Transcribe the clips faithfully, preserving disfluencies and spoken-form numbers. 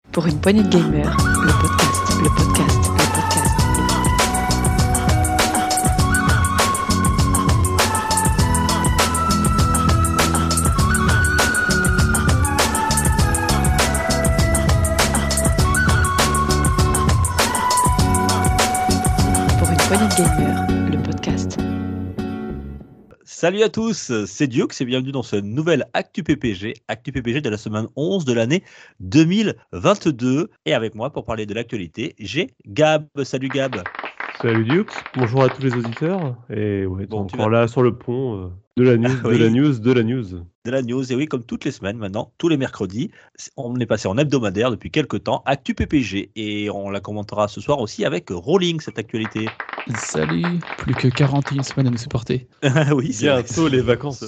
Pour une poignée de gamers, le podcast, le podcast, le podcast, le podcast. Pour une poignée de gamers, le podcast. Salut à tous, c'est Dioux et bienvenue dans ce nouvel Actu P P G, Actu P P G de la semaine onze de l'année deux mille vingt-deux. Et avec moi pour parler de l'actualité, j'ai Gab. Salut Gab. Salut Dioux, bonjour à tous les auditeurs. Et ouais, Bon, t'es tu encore vas- là sur le pont euh, de la news, Ah de oui. la news, de la news. De la news, et oui, comme toutes les semaines maintenant, tous les mercredis, on est passé en hebdomadaire depuis quelques temps, Actu P P G, et on la commentera ce soir aussi avec Rolling, cette actualité. Salut, plus que quarante et une semaines à nous supporter. Oui, c'est vrai. Bientôt les vacances.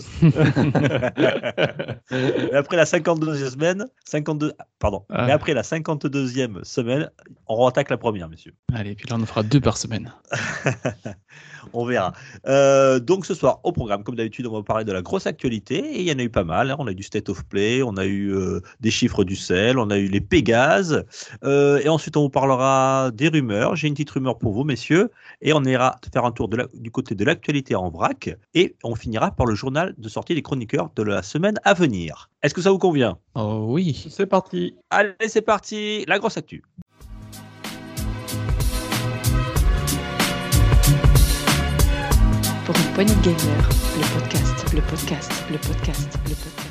Mais après la cinquante-deuxième semaine, cinquante-deux, pardon, Ah. mais après la cinquante-deuxième semaine, on attaque la première, messieurs. Allez, puis là on en fera deux par semaine. On verra. Euh, donc ce soir, au programme, comme d'habitude, on va parler de la grosse actualité. Et il y en a eu pas mal. Hein. On a eu du State of Play, on a eu euh, des chiffres du sel, on a eu les Pégases. Euh, et ensuite, on vous parlera des rumeurs. J'ai une petite rumeur pour vous, messieurs. Et on ira faire un tour de la- du côté de l'actualité en vrac. Et on finira par le journal de sortie des chroniqueurs de la semaine à venir. Est-ce que ça vous convient? Oh oui. C'est parti. Allez, c'est parti. La grosse actu. Pour une poignée de gamers, le podcast, le podcast, le podcast, le podcast.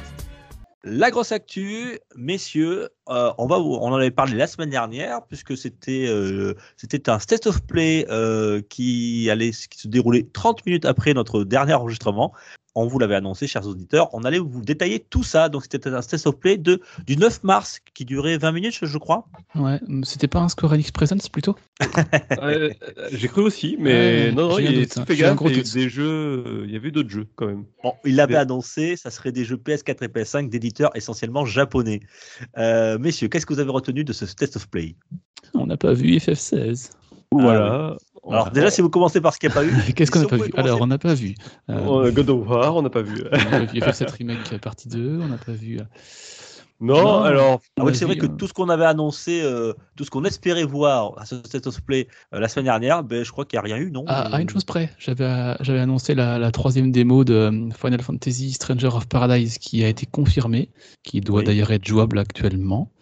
La grosse actu, messieurs, euh, on, va, vous- on en avait parlé la semaine dernière, puisque c'était euh, c'était un State of Play euh, qui allait qui se dérouler trente minutes après notre dernier enregistrement. On vous l'avait annoncé, chers auditeurs, on allait vous détailler tout ça. Donc c'était un State of Play de, du neuf mars qui durait vingt minutes, je crois. Ouais, c'était pas un Square Enix Presents plutôt? Ouais, euh, j'ai cru aussi, mais Ouais, non, non, j'ai il un y a doute, hein. fais J'ai un gaffe, gros il y a eu doute. des jeux, euh, il y avait d'autres jeux quand même. Bon, il l'avait Mais- annoncé, ça serait des jeux P S quatre et P S cinq d'éditeurs essentiellement japonais. Euh, messieurs, qu'est-ce que vous avez retenu de ce State of Play? On n'a pas vu F F seize. Voilà. Alors déjà, si vous commencez par ce qu'il n'y a pas eu, Qu'est-ce qu'on si n'a vous pas pouvez vu? commencer- Alors, on n'a pas vu. Euh, On a God of War, on n'a pas vu. on n'a pas vu F F sept Remake partie deux, on n'a pas vu. euh, Non, Non. alors Ah on oui, a c'est vu, vrai que euh, tout ce qu'on avait annoncé, euh, tout ce qu'on espérait voir à ce State of Play euh, la semaine dernière, ben, je crois qu'il n'y a rien eu, non À, à Euh, une chose près, j'avais j'avais annoncé la, la troisième démo de euh, Final Fantasy Stranger of Paradise qui a été confirmée, qui doit Oui. d'ailleurs être jouable actuellement.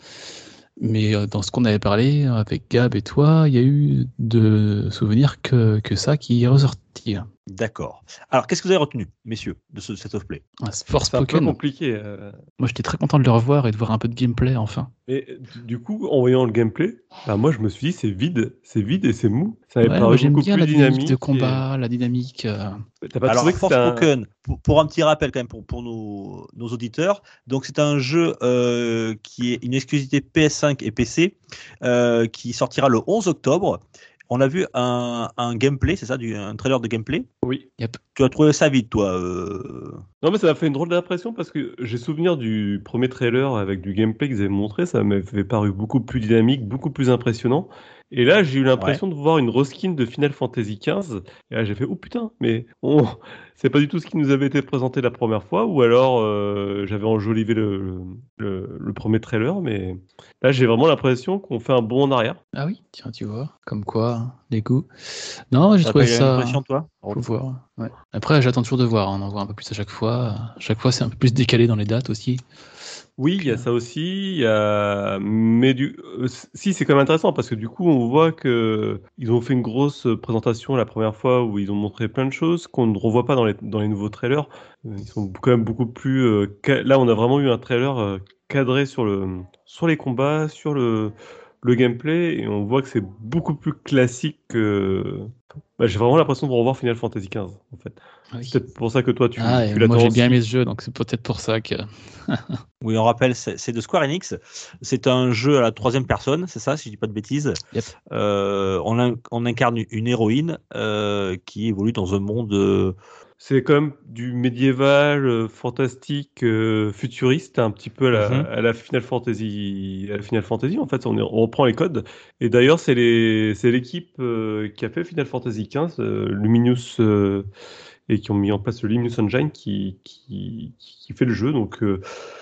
Mais euh, dans ce qu'on avait parlé euh, avec Gab et toi, il y a eu de souvenirs que, que ça qui est ressorti. D'accord. Alors, qu'est-ce que vous avez retenu, messieurs, de ce State of Play? Ah, c'est un peu Forspoken, compliqué. euh. moi j'étais très content de le revoir et de voir un peu de gameplay enfin. Mais du- du coup, en voyant le gameplay, bah, moi je me suis dit c'est vide, c'est vide et c'est mou. Ça m'avait Ouais, paru moi j'aime beaucoup bien plus la dynamique dynamique. de et- combat, la dynamique. euh, T'as pas Alors, trouvé que c'était un... Forspoken, pour, pour un petit rappel quand même pour, pour nos, nos auditeurs, donc c'est un jeu euh, qui est une exclusivité P S cinq et P C, euh, qui sortira le onze octobre. On a vu un, un gameplay, c'est ça, du, un trailer de gameplay. Oui. Tu as trouvé ça vite, toi euh... Non mais ça m'a fait une drôle d'impression parce que j'ai souvenir du premier trailer avec du gameplay qu'ils avaient montré, ça m'avait paru beaucoup plus dynamique, beaucoup plus impressionnant. Et là j'ai eu l'impression de voir une reskin de Final Fantasy quinze. Et là j'ai fait oh putain, mais on... c'est pas du tout ce qui nous avait été présenté la première fois. Ou alors euh, j'avais enjolivé le, le, le premier trailer, mais là j'ai vraiment l'impression qu'on fait un bond en arrière. Ah oui, tiens, tu vois, comme quoi, hein, les goûts. Non, j'ai T'as trouvé pas eu ça. l'impression, toi Faut voir. Ouais. Après, j'attends toujours de voir. hein, On en voit un peu plus à chaque fois. Chaque fois, c'est un peu plus décalé dans les dates aussi. Oui, il y a ça aussi. Il y a... Mais du... euh, si, c'est quand même intéressant parce que du coup, on voit que ils ont fait une grosse présentation la première fois où ils ont montré plein de choses qu'on ne revoit pas dans les, dans les nouveaux trailers. Euh, Ils sont quand même beaucoup plus... euh, ca- Là, on a vraiment eu un trailer euh, cadré sur, le... sur les combats, sur le... le gameplay et on voit que c'est beaucoup plus classique que... Bah, j'ai vraiment l'impression de revoir Final Fantasy quinze, en fait. Ah oui. C'est peut-être pour ça que toi, tu, Ah, tu et l'attends moi, j'ai bien aussi. aimé ce jeu, donc c'est peut-être pour ça que. Oui, on rappelle, c'est c'est de Square Enix. C'est un jeu à la troisième personne, c'est ça, si je dis pas de bêtises. Yep. Euh, on, in- on incarne une héroïne euh, qui évolue dans un monde. euh, C'est quand même du médiéval, euh, fantastique, euh, futuriste, un petit peu à la, Mhm. à la Final Fantasy, à la Final Fantasy. En fait, on, est- on reprend les codes. Et d'ailleurs, c'est les, c'est l'équipe euh, qui a fait Final Fantasy quinze, euh, Luminous, euh, et qui ont mis en place le Luminous Engine qui, qui, qui fait le jeu. Donc, euh,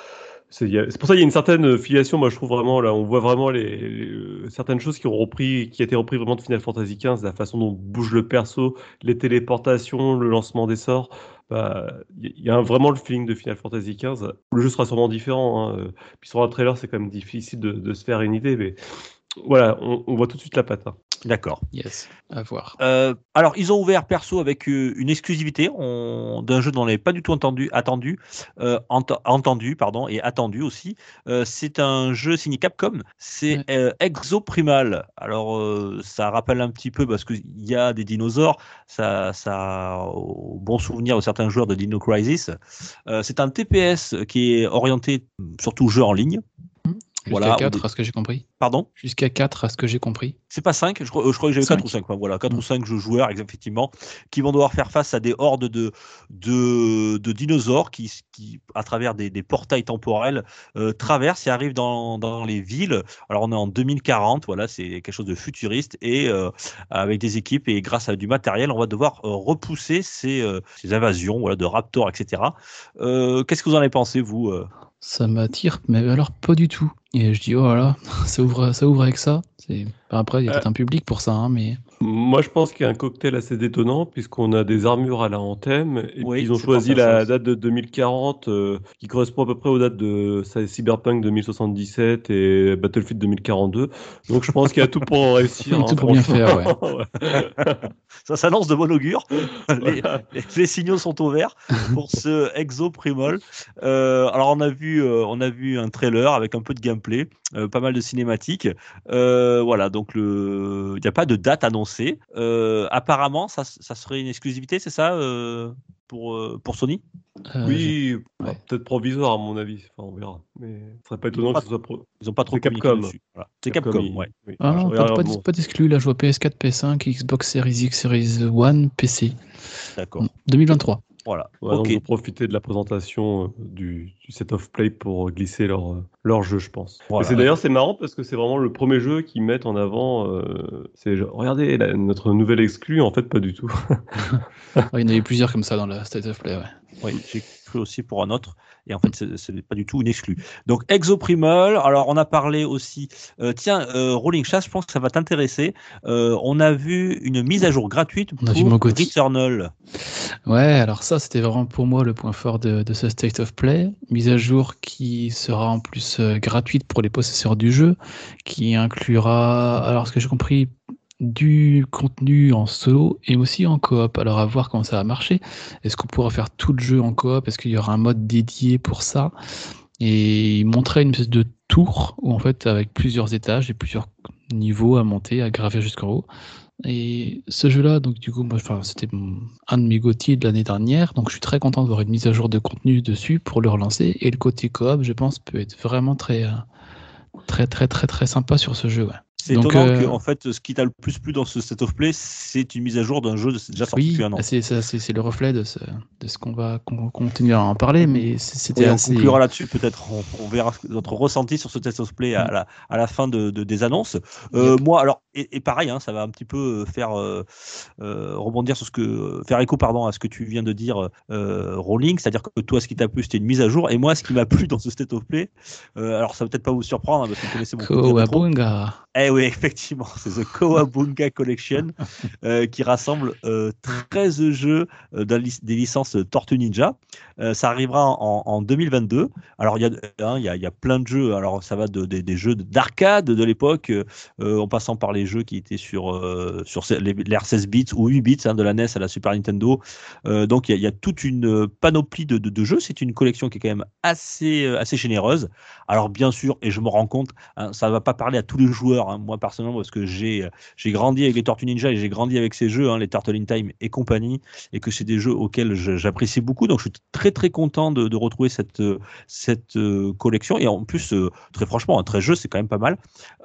C'est, y a, c'est pour ça qu'il y a une certaine filiation. Moi, je trouve vraiment là, on voit vraiment les, les certaines choses qui ont repris, qui a été repris vraiment de Final Fantasy quinze, la façon dont bouge le perso, les téléportations, le lancement des sorts. Bah, il y a vraiment le feeling de Final Fantasy quinze. Le jeu sera sûrement différent. Hein. Puis sur un trailer, c'est quand même difficile de, de se faire une idée, mais voilà, on, on voit tout de suite la patte. Hein. D'accord. Yes, à voir. Euh, alors, ils ont ouvert perso avec euh, une exclusivité on, d'un jeu dont on n'avait pas du tout entendu, attendu, euh, ent- entendu, pardon, et attendu aussi. Euh, c'est un jeu signé Capcom. C'est Ouais. euh, Exoprimal. Alors, euh, ça rappelle un petit peu parce qu'il y a des dinosaures. Ça, ça a au bon souvenir de certains joueurs de Dino Crisis. Euh, c'est un T P S qui est orienté surtout jeu en ligne. Jusqu'à Voilà, quatre, on est- à ce que j'ai compris. Pardon. Jusqu'à quatre, à ce que j'ai compris. C'est pas cinq, je, crois- je crois que j'avais Cinq. quatre ou cinq. Enfin, voilà, quatre Mm. ou cinq jeux joueurs, effectivement, qui vont devoir faire face à des hordes de, de, de dinosaures qui, qui, à travers des, des portails temporels, euh, traversent et arrivent dans, dans les villes. Alors, on est en deux mille quarante, voilà, c'est quelque chose de futuriste et euh, avec des équipes et grâce à du matériel, on va devoir euh, repousser ces, euh, ces invasions voilà, de raptors, et cetera. Euh, qu'est-ce que vous en avez pensé, vous euh Ça m'attire, mais alors pas du tout. Et je dis, oh là là, ça ouvre, ça ouvre avec ça. C'est... Enfin, après, il y a Euh. peut-être un public pour ça, hein, mais Moi, je pense qu'il y a un cocktail assez détonnant, puisqu'on a des armures à la Anthem, et Oui, puis ils ont je choisi pense à ça la aussi. date de deux mille quarante, euh, qui correspond à peu près aux dates de ça, Cyberpunk deux mille soixante-dix-sept et Battlefield deux mille quarante-deux. Donc je pense qu'il y a tout pour réussir. Tout hein, pour bien franchement. faire, Ouais. Ça s'annonce de bon augure. Les, Voilà. les- les signaux sont au vert pour ce Exoprimal. Euh, alors on a vu, euh, on a vu un trailer avec un peu de gameplay, euh, pas mal de cinématiques. Euh, voilà, donc le, il n'y a pas de date annoncée. Euh, apparemment, ça, ça serait une exclusivité, c'est ça, euh, pour euh, pour Sony? Euh, j'ai- Oui, bah, ouais. peut-être provisoire à mon avis. Enfin, on verra. Mais ce serait pas Ils n'ont étonnant pas, que ce soit pro... ils ont pas trop C'est communiqué Capcom. dessus. Voilà. C'est Capcom, il- ouais. oui. Ah, Je non, pas, regarde, pas, bon, pas d'exclus, là je vois P S quatre, P S cinq, Xbox Series X, Series One, P C. D'accord. Mm, deux mille vingt-trois. Voilà. ouais, donc Ok. ils ont profité de la présentation euh, du, du set of play pour glisser leur, euh, leur jeu, je pense. Voilà. Et c'est d'ailleurs c'est marrant parce que c'est vraiment le premier jeu qu'ils mettent en avant. Euh, c'est genre, regardez la- notre nouvelle exclu, en fait pas du tout. Ah, il y en a eu plusieurs comme ça dans la State of Play, ouais. Oui, j'ai cru aussi pour un autre. Et en fait, ce n'est pas du tout une exclue. Donc, Exoprimal. Alors, on a parlé aussi. Euh, tiens, euh, Rolling Chat, je pense que ça va t'intéresser. Euh, on a vu une mise à jour gratuite On a vu mon pour Gotti. Returnal. Ouais, alors ça, c'était vraiment pour moi le point fort de, de ce State of Play. Mise à jour qui sera en plus euh, gratuite pour les possesseurs du jeu, qui inclura, alors ce que j'ai compris, du contenu en solo et aussi en coop. Alors à voir comment ça va marcher. Est-ce qu'on pourra faire tout le jeu en coop? Est-ce qu'il y aura un mode dédié pour ça? Et il montrait une espèce de tour où en fait avec plusieurs étages et plusieurs niveaux à monter, à gravir jusqu'en haut. Et ce jeu-là, donc du coup, moi, enfin, c'était mon- un de mes GOTY de l'année dernière, donc je suis très content d'avoir une mise à jour de contenu dessus pour le relancer. Et le côté coop, je pense, peut être vraiment très, euh, très, très, très, très sympa sur ce jeu. Ouais. C'est Donc, étonnant euh, que, en fait, ce qui t'a le plus plu dans ce State of Play, c'est une mise à jour d'un jeu de- déjà sorti Oui, depuis un an. c'est, ça, c'est, c'est le reflet de ce, de ce qu'on va qu'on continuer à en parler, mais c'est- c'était Oui, on assez. conclura là-dessus, peut-être. On, on verra notre ressenti sur ce State of Play à la, à la fin de, de- des annonces. Euh, Yep. Moi, alors, et, et pareil, hein, ça va un petit peu faire euh, euh, rebondir sur ce que, faire écho, pardon, à ce que tu viens de dire, euh, Rolling. C'est-à-dire que toi, ce qui t'a plu, c'était une mise à jour. Et moi, ce qui m'a plu dans ce State of Play, euh, alors ça va peut-être pas vous surprendre, hein, parce que vous connaissez mon coup de cœur rétro. Kawabunga. Eh oui, effectivement, c'est The Kawabunga Collection euh, qui rassemble euh, treize jeux euh, d'un lic- des licences Tortue Ninja. Euh, ça arrivera en, en deux mille vingt-deux. Alors, il y, a, hein, il y, a, il y a plein de jeux. Alors, ça va de, de- des jeux d'arcade de l'époque, euh, en passant par les jeux qui étaient sur, euh, sur les- l'ère seize bits ou huit bits, hein, de la N E S à la Super Nintendo. Euh, donc, il y, a, il y a toute une panoplie de, de, de jeux. C'est une collection qui est quand même assez, assez généreuse. Alors, bien sûr, et je me rends compte, hein, ça ne va pas parler à tous les joueurs, hein, moi personnellement, parce que j'ai, j'ai grandi avec les Tortues Ninja et j'ai grandi avec ces jeux, hein, les Turtle in Time et compagnie, et que c'est des jeux auxquels je, j'apprécie beaucoup. Donc je suis très très content de, de retrouver cette, cette euh, collection. Et en plus, euh, très franchement, un treize jeux, c'est quand même pas mal.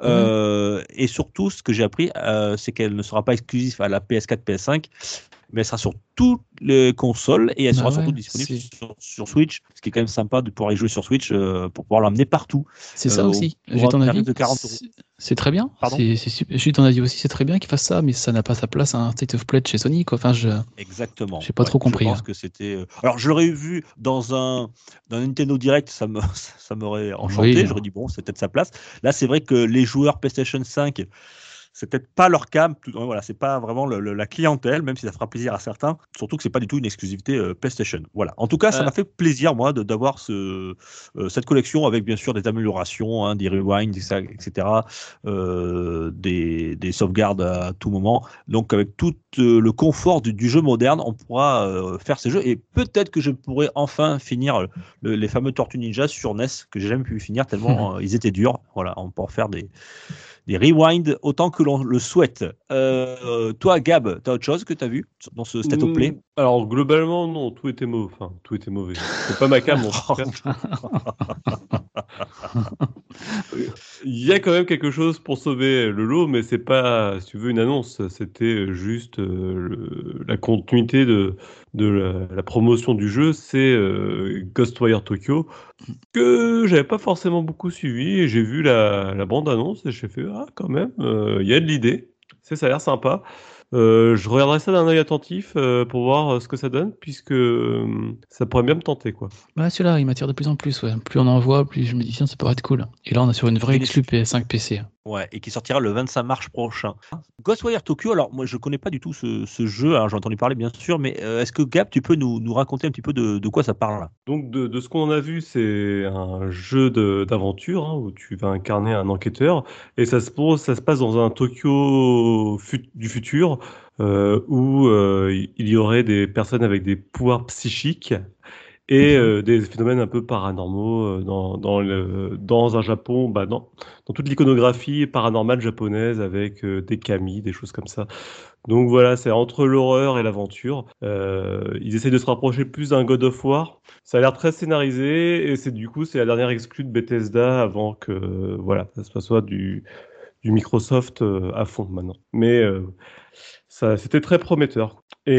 Euh, mmh. Et surtout, ce que j'ai appris, euh, c'est qu'elle ne sera pas exclusive à la P S quatre, P S cinq, mais elle sera sur toutes les consoles et elle sera bah ouais, surtout disponible sur, sur Switch, ce qui est quand même sympa de pouvoir y jouer sur Switch euh, pour pouvoir l'emmener partout. C'est ça euh, aussi. J'ai ton avis. De quarante euros. C'est très bien. Pardon C'est, c'est super. Je suis ton avis aussi, c'est très bien qu'ils fassent ça, mais ça n'a pas sa place à un State of Play de chez Sony, quoi. Enfin, je Exactement. j'ai pas Ouais, trop compris. Je pense hein. que c'était. euh, Alors, je l'aurais vu dans un, dans un Nintendo Direct, ça me, ça m'aurait enchanté. Oui. J'aurais dit bon, c'est peut-être sa place. Là, c'est vrai que les joueurs PlayStation cinq, c'est peut-être pas leur cam. Tout, voilà, c'est pas vraiment le- le- la clientèle, même si ça fera plaisir à certains. Surtout que c'est pas du tout une exclusivité euh, PlayStation. Voilà. En tout cas, ça Ouais. m'a fait plaisir moi de- d'avoir ce, euh, cette collection avec bien sûr des améliorations, hein, des rewinds, et cetera. euh, des, des sauvegardes à tout moment. Donc avec tout euh, le confort du, du jeu moderne, on pourra euh, faire ces jeux et peut-être que je pourrai enfin finir le- les fameux Tortues Ninja sur N E S que j'ai jamais pu finir tellement euh, ils étaient durs. Voilà, on peut en faire des des rewinds autant que l'on le souhaite. Euh, toi, Gab, t'as autre chose que t'as vu dans ce State of Play? Mm, Alors, globalement, non, tout était mauvais. Enfin, tout était mauvais. C'est pas ma cam, en tout cas. Il y a quand même quelque chose pour sauver le lot, mais c'est pas, si tu veux, une annonce. C'était juste euh, le- la continuité de, de la, la promotion du jeu. C'est euh, Ghostwire Tokyo, que j'avais pas forcément beaucoup suivi. Et j'ai vu la, la bande-annonce et j'ai fait, ah, quand même, euh, il y a de l'idée. C'est, ça a l'air sympa. Euh, je regarderai ça d'un œil attentif euh, pour voir euh, ce que ça donne, puisque euh, ça pourrait bien me tenter, quoi. Bah, celui-là, il m'attire de plus en plus. Ouais. Plus on en voit, plus je me dis tiens, ça pourrait être cool. Et là, on est sur une vraie Une exclu P S cinq P C. Ouais, et qui sortira le vingt-cinq mars prochain. Ghostwire Tokyo, alors moi je connais pas du tout ce, ce jeu, hein, j'ai entendu parler bien sûr, mais euh, est-ce que Gab, tu peux nous, nous raconter un petit peu de, de quoi ça parle? Donc, de, de ce qu'on en a vu, c'est un jeu de- d'aventure hein, où tu vas incarner un enquêteur et ça se, pose, ça se passe dans un Tokyo fut- du futur euh, où euh, il y aurait des personnes avec des pouvoirs psychiques et euh, des phénomènes un peu paranormaux euh, dans, dans, le, dans un Japon, bah, dans, dans toute l'iconographie paranormale japonaise avec euh, des kami, des choses comme ça. Donc voilà, c'est entre l'horreur et l'aventure. Euh, ils essayent de se rapprocher plus d'un God of War. Ça a l'air très scénarisé et c'est du coup c'est la dernière exclue de Bethesda avant que euh, voilà, ça soit du, du Microsoft euh, à fond maintenant. Mais euh, ça c'était très prometteur.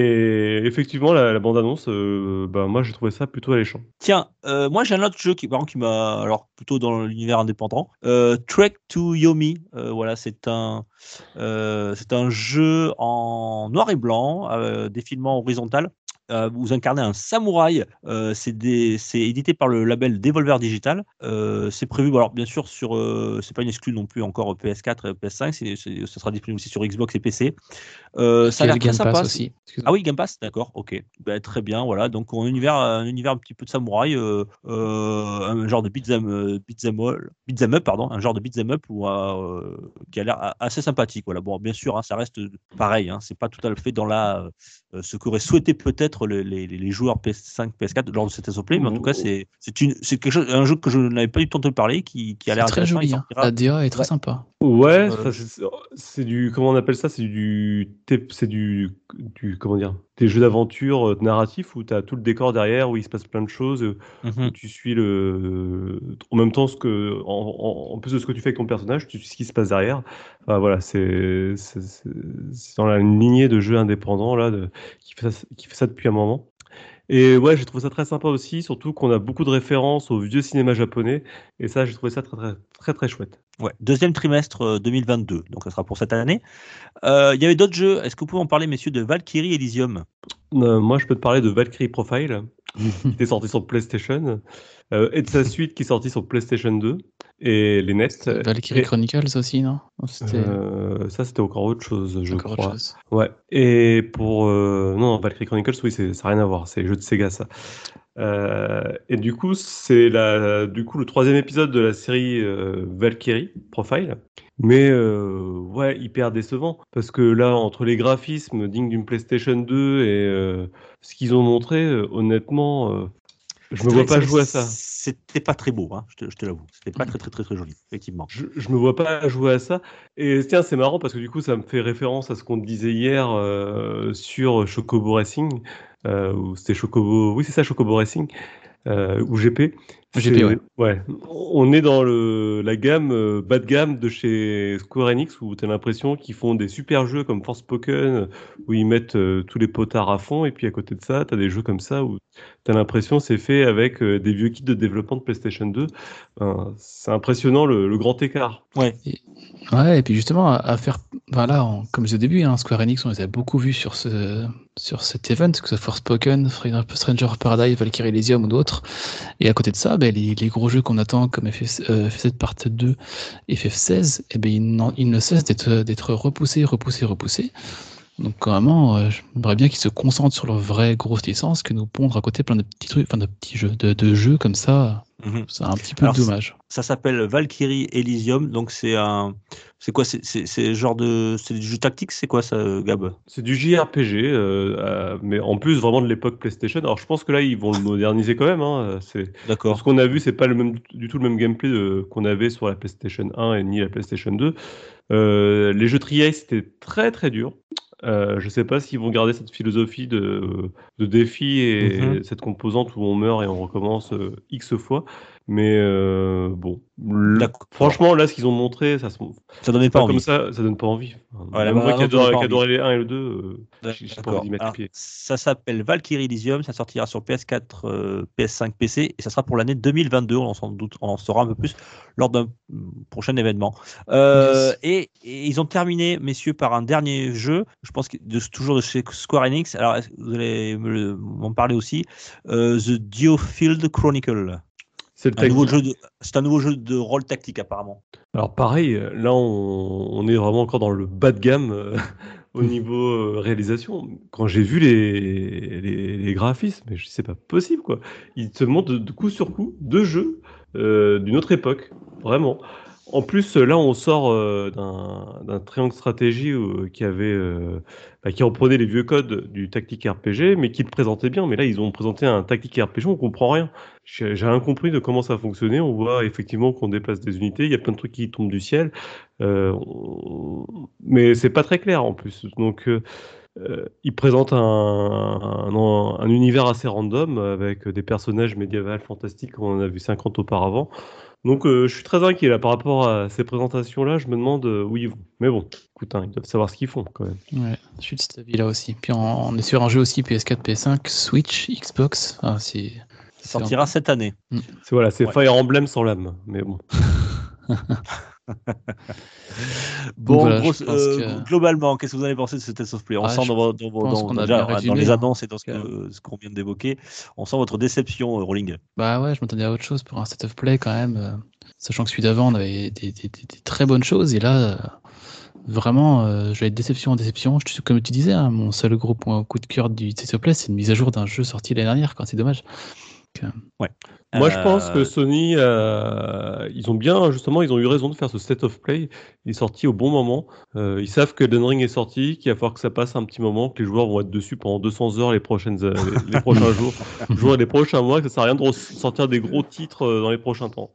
Et effectivement la, la bande-annonce, euh, bah, moi j'ai trouvé ça plutôt alléchant. Tiens, euh, moi j'ai un autre jeu qui, par contre, qui m'a, alors plutôt dans l'univers indépendant, euh, Trek to Yomi. Euh, voilà, c'est un, euh, c'est un jeu en noir et blanc, euh, défilement horizontal. Euh, vous incarnez un samouraï. Euh, c'est des, c'est édité par le label Devolver Digital. Euh, c'est prévu, bon, alors bien sûr sur, euh, c'est pas une exclue non plus encore P S quatre et P S cinq. C'est, c'est- ça sera disponible aussi sur Xbox et P C. Euh, ça a Quel l'air très Game Pass sympa. aussi. Ah Excuse-moi. oui, Game Pass, d'accord, ok. Ben, très bien, voilà. Donc, un univers, un univers un petit peu de samouraï, euh, euh, un genre de beat'em, euh, beat'em all- beat'em up, pardon, un genre de beat'em up où, euh, qui a l'air a- assez sympathique. Voilà. Bon, bien sûr, hein, ça reste pareil, hein, c'est pas tout à fait dans la, euh, ce qu'auraient souhaité peut-être les, les, les joueurs P S cinq, P S quatre lors de cet S O Play, mais en tout cas, c'est c'est une, c'est quelque chose, un jeu que je n'avais pas eu le temps de parler, qui, qui a C'est l'air très intéressant. Il joli. Hein. sortira. La D A est très Ouais. sympa. Ouais, Euh, enfin, c'est c'est du comment on appelle ça? C'est du T- c'est du du comment dire? Des jeux d'aventure euh, narratifs où tu as tout le décor derrière, où il se passe plein de choses, euh, où mhm. tu suis le en même temps ce que en, en- en plus de ce que tu fais avec ton personnage, tu suis ce qui se passe derrière. Enfin, voilà, c'est c'est c'est- c'est dans la lignée de jeux indépendants là de- qui fait ça, qui fait ça depuis un moment. Et ouais, j'ai trouvé ça très sympa aussi, surtout qu'on a beaucoup de références au vieux cinéma japonais et ça, j'ai trouvé ça très très très très chouette. Ouais, deuxième trimestre euh, deux mille vingt-deux, donc ça sera pour cette année. Euh, Il y avait d'autres jeux. Est-ce que vous pouvez en parler, messieurs, de Valkyrie Elysium? Euh, moi, je peux te parler de Valkyrie Profile, qui était sorti sur PlayStation, euh, et de sa suite qui est sortie sur PlayStation deux et les nets. C'était Valkyrie Et Chronicles aussi, non? Non, C'était euh, ça, c'était encore autre chose, je encore autre crois. chose. Ouais. Et pour euh, non, Valkyrie Chronicles, oui, c'est ça n'a rien à voir. C'est les jeux de Sega, ça. Euh, et du coup, c'est la, du coup le troisième épisode de la série euh, Valkyrie Profile. Mais euh, ouais, hyper décevant parce que là, entre les graphismes dignes d'une PlayStation deux et euh, ce qu'ils ont montré, euh, honnêtement, euh, je me C'est vois vrai que pas c'est- jouer à ça. c'était pas très beau, hein, je te, je te l'avoue. C'était pas très, très, très, très joli, effectivement. Je, je me vois pas jouer à ça. Et tiens, c'est marrant parce que du coup, ça me fait référence à ce qu'on te disait hier euh, sur Chocobo Racing. Euh, ou c'était Chocobo. Oui, c'est ça, Chocobo Racing. Euh, ou G P. G P, ouais. C'est ouais. On est dans le la gamme euh, bas de gamme de chez Square Enix où tu as l'impression qu'ils font des super jeux comme Forspoken où ils mettent euh, tous les potards à fond et puis à côté de ça, tu as des jeux comme ça où tu as l'impression c'est fait avec euh, des vieux kits de développement de PlayStation deux. Enfin, c'est impressionnant le, le grand écart. Ouais. Et Ouais, et puis justement, à, à faire, voilà, en- comme je disais au début, hein, Square Enix, on les a beaucoup vus sur, ce, sur cet event, que ce soit Forspoken, Stranger of Paradise, Valkyrie Elysium ou d'autres. Et à côté de ça, ben, les, les gros jeux qu'on attend, comme F F, euh, F F sept Part deux et F F seize, eh ben, ils, n'en- ils ne cessent d'être, d'être repoussés, repoussés, repoussés. Donc vraiment, euh, j'aimerais bien qu'ils se concentrent sur leur vraie grosse licence, que nous pondre à côté plein de petits trucs, enfin de petits jeux, de, de jeux comme ça. Mhm. C'est un petit peu Alors, c- dommage. ça s'appelle Valkyrie Elysium, donc c'est un, c'est quoi, c'est c'est c'est genre de, c'est du jeu tactique, c'est quoi ça, euh, Gab? C'est du J R P G, euh, euh, mais en plus vraiment de l'époque PlayStation. Alors je pense que là ils vont le moderniser quand même. Hein. C'est... De D'accord. ce qu'on a vu, c'est pas le même, du tout le même gameplay de- qu'on avait sur la PlayStation un et ni la PlayStation deux. Euh, les jeux triés, c'était très très dur. Euh, je sais pas s'ils vont garder cette philosophie de, de défi et Mhm. cette composante où on meurt et on recommence euh, X fois. Mais euh, bon, le- D'accord. franchement, là, ce qu'ils ont montré, ça se... Ça donnait c'est pas pas comme envie. ça, ça donne pas envie. Enfin, Ouais, la même moi qui bande-annonce donnait adore, pas qui envie. adorais les un et le deux, euh, j'ai j'ai pas envie D'accord. d'y mettre les Alors, pieds. ça s'appelle Valkyrie Elysium, ça sortira sur P S quatre, euh, P S cinq, P C, et ça sera pour l'année deux mille vingt-deux. On en, sans doute, on en saura un peu plus lors d'un mm, prochain événement. Euh, Yes. et, et ils ont terminé, messieurs, par un dernier jeu, je pense que de, toujours de chez Square Enix. Alors, est-ce que vous allez me le- m'en parler aussi. Euh, The Diofield Chronicle. C'est le Un nouveau tactique. jeu de, c'est un nouveau jeu de rôle tactique, apparemment. Alors pareil, euh, là on, on est vraiment encore dans le bas de gamme euh, au niveau euh, réalisation. Quand j'ai vu les, les, les graphismes, mais je sais pas possible quoi. Ils te montrent de, de coup sur coup deux jeux euh, d'une autre époque, vraiment. En plus, euh, là on sort euh, d'un d'un triangle stratégie euh, qui avait euh, bah, qui reprenait les vieux codes du tactique R P G, mais qui le présentait bien. Mais là ils ont présenté un tactique R P G, on comprend rien. J'ai j'ai rien compris de comment ça fonctionnait. On voit effectivement qu'on déplace des unités. Il y a plein de trucs qui tombent du ciel. Euh, on- Mais c'est pas très clair en plus. Donc, euh, euh, il présente un, un, un univers assez random avec des personnages médiévaux fantastiques qu'on en a vu cinquante auparavant. Donc, euh, je suis très inquiet là par rapport à ces présentations-là. Je me demande euh, où ils vont. Mais bon, écoute, hein, ils doivent savoir ce qu'ils font quand même. Ouais, je suis de cet avis là aussi. Puis on, on est sur un jeu aussi P S quatre, P S cinq, Switch, Xbox. Ah, c'est, Ça c'est sortira cette année. C'est voilà, c'est Ouais. Fire Emblem sans l'âme. Mais bon. Bon, voilà, gros, je pense euh, que- globalement, qu'est-ce que vous avez pensé de ce Test of Play? On Ah, sent je dans, vos- dans, vos- pense dans- qu'on dans- a déjà, bien dans résumé, les hein. annonces et dans ce Donc, que- ce qu'on vient d'évoquer, on sent votre déception, euh, Rolling. Bah ouais, je m'attendais à autre chose pour un State of Play quand même. euh, sachant que celui d'avant, on avait des, des- des- des très bonnes choses. Et là, euh, vraiment, euh, je vais être déception en déception. Je, comme tu disais, hein, mon seul gros point coup de cœur du State of Play, c'est une mise à jour d'un jeu sorti l'année dernière. Quand c'est dommage. Donc, euh, Ouais. Moi, je pense que Euh, Sony, euh, ils ont bien, justement, ils ont eu raison de faire ce State of Play. Il est sorti au bon moment. Euh, ils savent que Elden Ring est sorti, qu'il va falloir que ça passe un petit moment, que les joueurs vont être dessus pendant deux cents heures les prochaines, euh, les, les prochains jours, jours et les prochains mois, que ça sert à rien de re- sortir des gros titres euh, dans les prochains temps.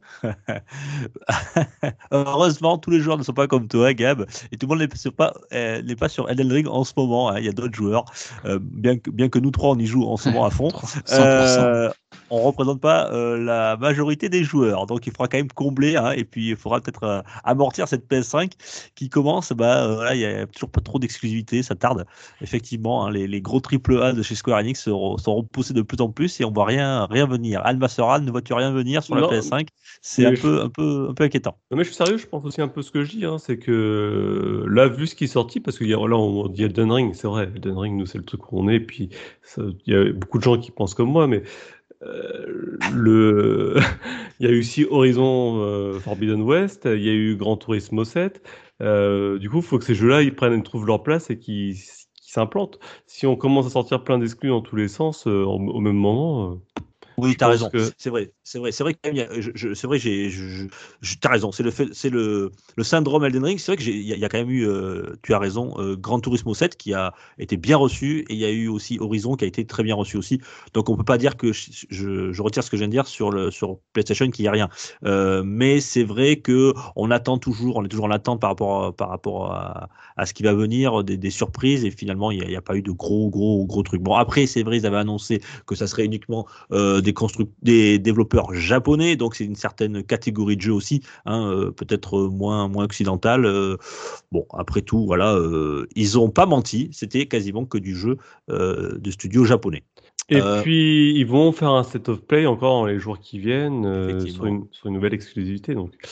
Heureusement, tous les joueurs ne sont pas comme toi, Gab, et tout le monde n'est sur pas, euh, n'est pas sur Elden Ring en ce moment. Hein. Il y a d'autres joueurs, euh, bien, que, bien que nous trois on y joue en ce moment à fond. cent pour cent. Euh, on représente pas euh, la majorité des joueurs, donc il faudra quand même combler, hein, et puis il faudra peut-être euh, amortir cette P S cinq qui commence. Bah, euh, voilà, il y a toujours pas trop d'exclusivité, ça tarde. Effectivement, hein, les, les gros triple A de chez Square Enix sont, sont repoussés de plus en plus et on voit rien, rien venir. Alma Soran, ne vois-tu rien venir sur la Non, P S cinq? C'est mais un je- peu, un peu, un peu inquiétant. Non, mais je suis sérieux, je pense aussi un peu ce que je dis, hein, c'est que euh, là, vu ce qui est sorti, parce qu'il y a là, on dit Elden Ring, c'est vrai, Elden Ring, nous, c'est le truc où on est, puis ça- il y a beaucoup de gens qui pensent comme moi, mais euh, le... il y a eu aussi Horizon euh, Forbidden West, il y a eu Gran Turismo sept, euh, du coup, il faut que ces jeux-là, ils prennent, ils trouvent leur place et qu'ils qu'ils s'implantent. Si on commence à sortir plein d'exclus dans tous les sens euh, au, au même moment, euh, Oui, je tu as pense raison. que... C'est vrai. C'est vrai. C'est vrai que quand même, il y a- je, je- c'est vrai, j'ai, je, je- je- t'as raison. C'est le fait, c'est le, le syndrome Elden Ring. C'est vrai que j'ai, il y, a il y a quand même eu, euh, tu as raison, euh, Gran Turismo sept qui a été bien reçu et il y a eu aussi Horizon qui a été très bien reçu aussi. Donc on peut pas dire que je, je, je retire ce que je viens de dire sur le sur PlayStation qu'il y a rien. Euh, mais c'est vrai que on attend toujours, on est toujours en attente par rapport à, par rapport à, à ce qui va venir, des, des surprises et finalement il n'y a, il y a pas eu de gros gros gros trucs. Bon après c'est vrai ils avaient annoncé que ça serait uniquement euh, des, construct- des développeurs japonais, donc c'est une certaine catégorie de jeu aussi, hein, euh, peut-être moins, moins occidentale. Euh, bon, après tout, voilà, euh, ils n'ont pas menti, c'était quasiment que du jeu euh, de studio japonais. Et Euh, puis, ils vont faire un set of play encore dans les jours qui viennent euh, sur, Effectivement. une, sur une nouvelle exclusivité. Donc,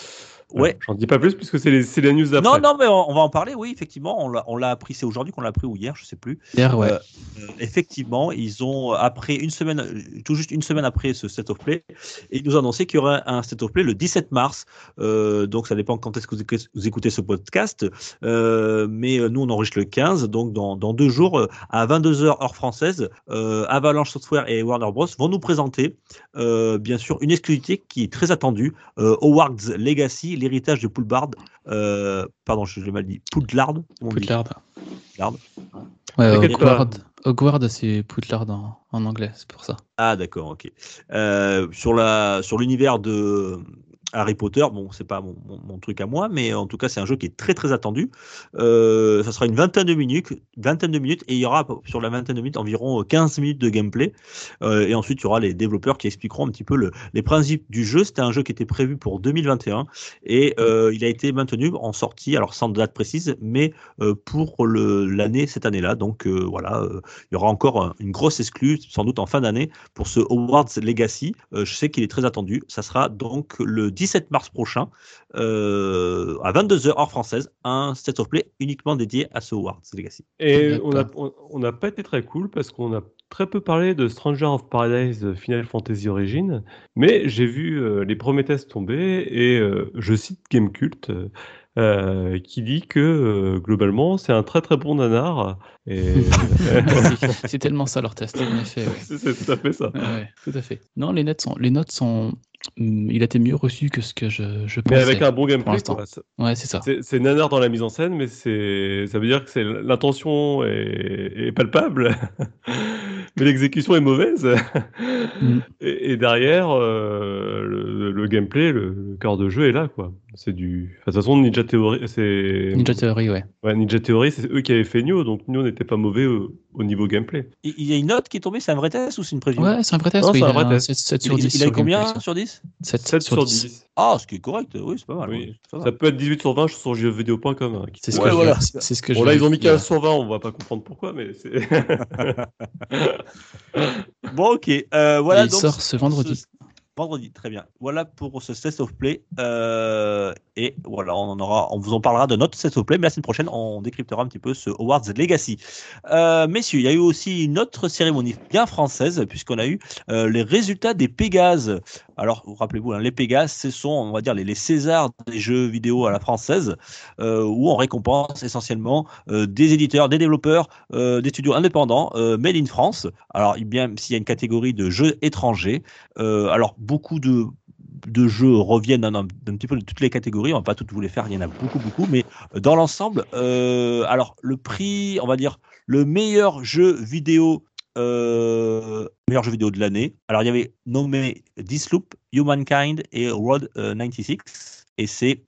Ouais. Alors, j'en dis pas plus puisque c'est les, c'est les news d'après. Non, non, mais on, on va en parler, oui, effectivement. On l'a, on l'a appris, c'est aujourd'hui qu'on l'a appris ou hier, je sais plus. Hier, ouais. Euh, euh, effectivement, ils ont, après une semaine, euh, tout juste une semaine après ce State of Play, et ils nous ont annoncé qu'il y aurait un State of Play le dix-sept mars. Euh, donc, ça dépend quand est-ce que vous écoutez, vous écoutez ce podcast. Euh, mais euh, nous, on enregistre le quinze, donc dans, dans deux jours, euh, à vingt-deux heures heure française, euh, Avalanche Software et Warner Bros. Vont nous présenter, euh, bien sûr, une exclusivité qui est très attendue, euh, Hogwarts Legacy, l'héritage de Poudlard. Euh, pardon, je l'ai mal dit. Poudlard. Poudlard. Poudlard. Ouais, T'inquiète Hogwarts, pas. Hogwarts, c'est Poudlard en, en anglais, c'est pour ça. Ah d'accord, ok. Euh, sur la, sur l'univers de Harry Potter, bon, c'est pas mon, mon, mon truc à moi, mais en tout cas, c'est un jeu qui est très très attendu. Euh, ça sera une vingtaine de minutes, vingtaine de minutes, et il y aura sur la vingtaine de minutes environ quinze minutes de gameplay. Euh, et ensuite, il y aura les développeurs qui expliqueront un petit peu le, les principes du jeu. C'était un jeu qui était prévu pour deux mille vingt et un, et euh, il a été maintenu en sortie, alors sans date précise, mais euh, pour le, l'année cette année-là. Donc euh, voilà, euh, il y aura encore une grosse exclue, sans doute en fin d'année, pour ce Hogwarts Legacy. Euh, je sais qu'il est très attendu. Ça sera donc le dix-sept mars prochain, euh, à vingt-deux heures heure française, un State of Play uniquement dédié à ce Hogwarts Legacy. Et D'accord. on n'a on, on n'a pas été très cool parce qu'on a très peu parlé de Stranger of Paradise Final Fantasy Origin, mais j'ai vu euh, les premiers tests tomber et euh, je cite Gamecult euh, euh, qui dit que euh, globalement c'est un très très bon nanar. Et... c'est, c'est tellement ça leur test, en effet. Ouais. c'est, c'est tout à fait ça. Ouais, ouais, tout à fait. Non, les notes sont, les notes sont, hum, il a été mieux reçu que ce que je, je pensais. Mais avec un bon pour gameplay, l'instant. quoi. Ça- Ouais, c'est ça. C'est, c'est nanar dans la mise en scène, mais c'est, ça veut dire que c'est, l'intention est, est palpable, mais l'exécution est mauvaise. Mm. et, et derrière, euh, le, le gameplay, le, le cœur de jeu est là, quoi. C'est du. Enfin, de toute façon, Ninja Theory, c'est. Ninja Theory, ouais. Ouais, Ninja Theory, c'est eux qui avaient fait Nioh, donc Nioh n'était pas mauvais au, au niveau gameplay. Il il y a une note qui est tombée, c'est un vrai test ou c'est une preview? Ouais, c'est un vrai test. Non, oui, c'est un il a vrai test. sept, sept Il, sur il- dix il a sur eu combien Gameplay, sur dix? sept, sept sur sur dix. dix. Ah, ce qui est correct, oui, c'est pas mal. Oui. oui, ça va. Ça peut être dix-huit sur vingt sur jeux vidéo point com. Hein, qui C'est ce te- que Ouais, je, voilà. c'est, c'est ce que Bon, je là, ils ont mis vérifie, quinze sur vingt, on va pas comprendre pourquoi, mais c'est. Bon, ok. Euh, Et voilà il donc sort ce vendredi. ce- Vendredi, très bien. Voilà pour ce State of Play. Euh, et voilà, on en aura, on vous en parlera de notre State of Play, mais la semaine prochaine, on décryptera un petit peu ce Hogwarts Legacy. Euh, messieurs, il y a eu aussi une autre cérémonie bien française, puisqu'on a eu euh, les résultats des Pégases. Alors, vous rappelez-vous, hein, les Pégases, ce sont, on va dire, les, les Césars des jeux vidéo à la française, euh, où on récompense essentiellement euh, des éditeurs, des développeurs, euh, des studios indépendants, euh, made in France. Alors, bien s'il y a une catégorie de jeux étrangers, euh, alors beaucoup de de jeux reviennent d'un, un petit peu de toutes les catégories, on va pas toutes vous les faire, il y en a beaucoup beaucoup, mais dans l'ensemble, euh, alors le prix, on va dire le meilleur jeu vidéo, euh, meilleur jeu vidéo de l'année. Alors il y avait nommé Deathloop, Humankind et Road euh, quatre-vingt-seize, et c'est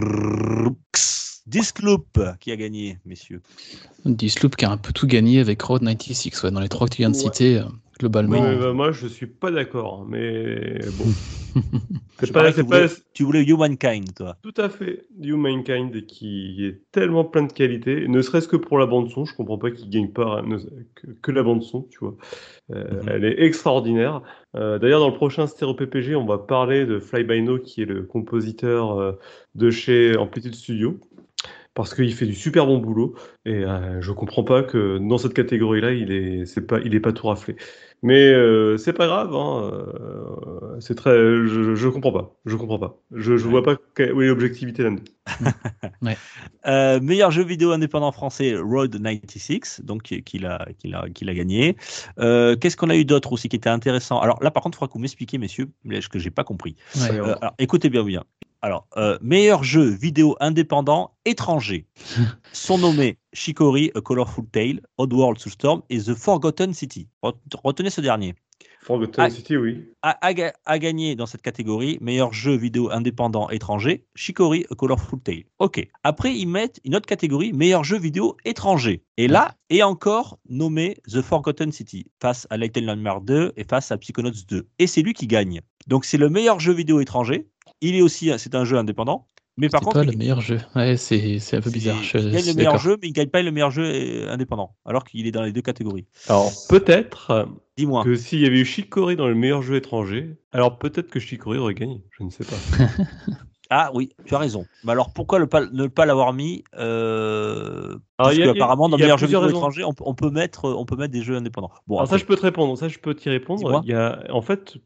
Deathloop qui a gagné, messieurs. Deathloop qui a un peu tout gagné avec Road quatre-vingt-seize, ouais, dans les trois que tu viens de Ouais. citer, euh, globalement. Oui, mais bah, moi, je suis pas d'accord, mais bon. Je c'est parlais pas, que c'est tu, voulais, pas tu voulais Humankind, toi. tout à fait Humankind qui est tellement plein de qualité, ne serait-ce que pour la bande-son. Je comprends pas qu'il gagne pas ne- que, que la bande-son, tu vois. Euh, Mhm. Elle est extraordinaire. Euh, d'ailleurs, dans le prochain Stéréo P P G, on va parler de Fly By No, qui est le compositeur euh, de chez Amplitude Studio, parce qu'il fait du super bon boulot, et euh, je comprends pas que dans cette catégorie-là, il est, c'est pas, il est pas tout raflé. Mais euh, c'est pas grave, hein, euh, c'est très, je, je comprends pas, je comprends pas, je, je Ouais. vois pas que- où est l'objectivité là-dedans. Euh, meilleur jeu vidéo indépendant français, Road quatre-vingt-seize, donc qui- qu'il a, qu'il a, qu'il a gagné. Euh, qu'est-ce qu'on a eu d'autre aussi qui était intéressant? Alors là, par contre, il faudra que vous m'expliquiez, messieurs, parce que j'ai pas compris. Ouais. Alors, Euh, alors, écoutez bien, bien. Alors, euh, meilleur jeu vidéo indépendant étranger sont nommés Chicory, A Colorful Tale, Oddworld Soulstorm et The Forgotten City. Ret- Retenez ce dernier. Forgotten Ah. City, oui. A, a ga- a gagné dans cette catégorie meilleur jeu vidéo indépendant étranger, Chicory, A Colorful Tale. Ok. Après, ils mettent une autre catégorie, meilleur jeu vidéo étranger. Et là, est encore nommé The Forgotten City, face à Little Nightmares deux et face à Psychonauts deux. Et c'est lui qui gagne. Donc c'est le meilleur jeu vidéo étranger. Il est aussi, c'est un jeu indépendant. Mais par C'est contre, pas il, le meilleur jeu. Ouais, c'est, c'est un peu c'est- bizarre. Je, il gagne suis le meilleur d'accord. jeu, mais il gagne pas le meilleur jeu euh, indépendant. Alors qu'il est dans les deux catégories. Alors, peut-être euh, Dis-moi. que s'il y avait eu Chicory dans le meilleur jeu étranger, alors peut-être que Chicory aurait gagné, je ne sais pas. Ah oui, tu as raison. Mais alors pourquoi le pas, ne pas l'avoir mis euh, Alors, Parce il y a- qu'apparemment, dans il y a meilleurs jeux plusieurs vidéo raisons. étrangers, on, peut- on peut mettre, on peut mettre des jeux indépendants. Bon, Alors ça, après, je peux te répondre. Ça, je peux t'y répondre. dis-moi. Il y a, en fait,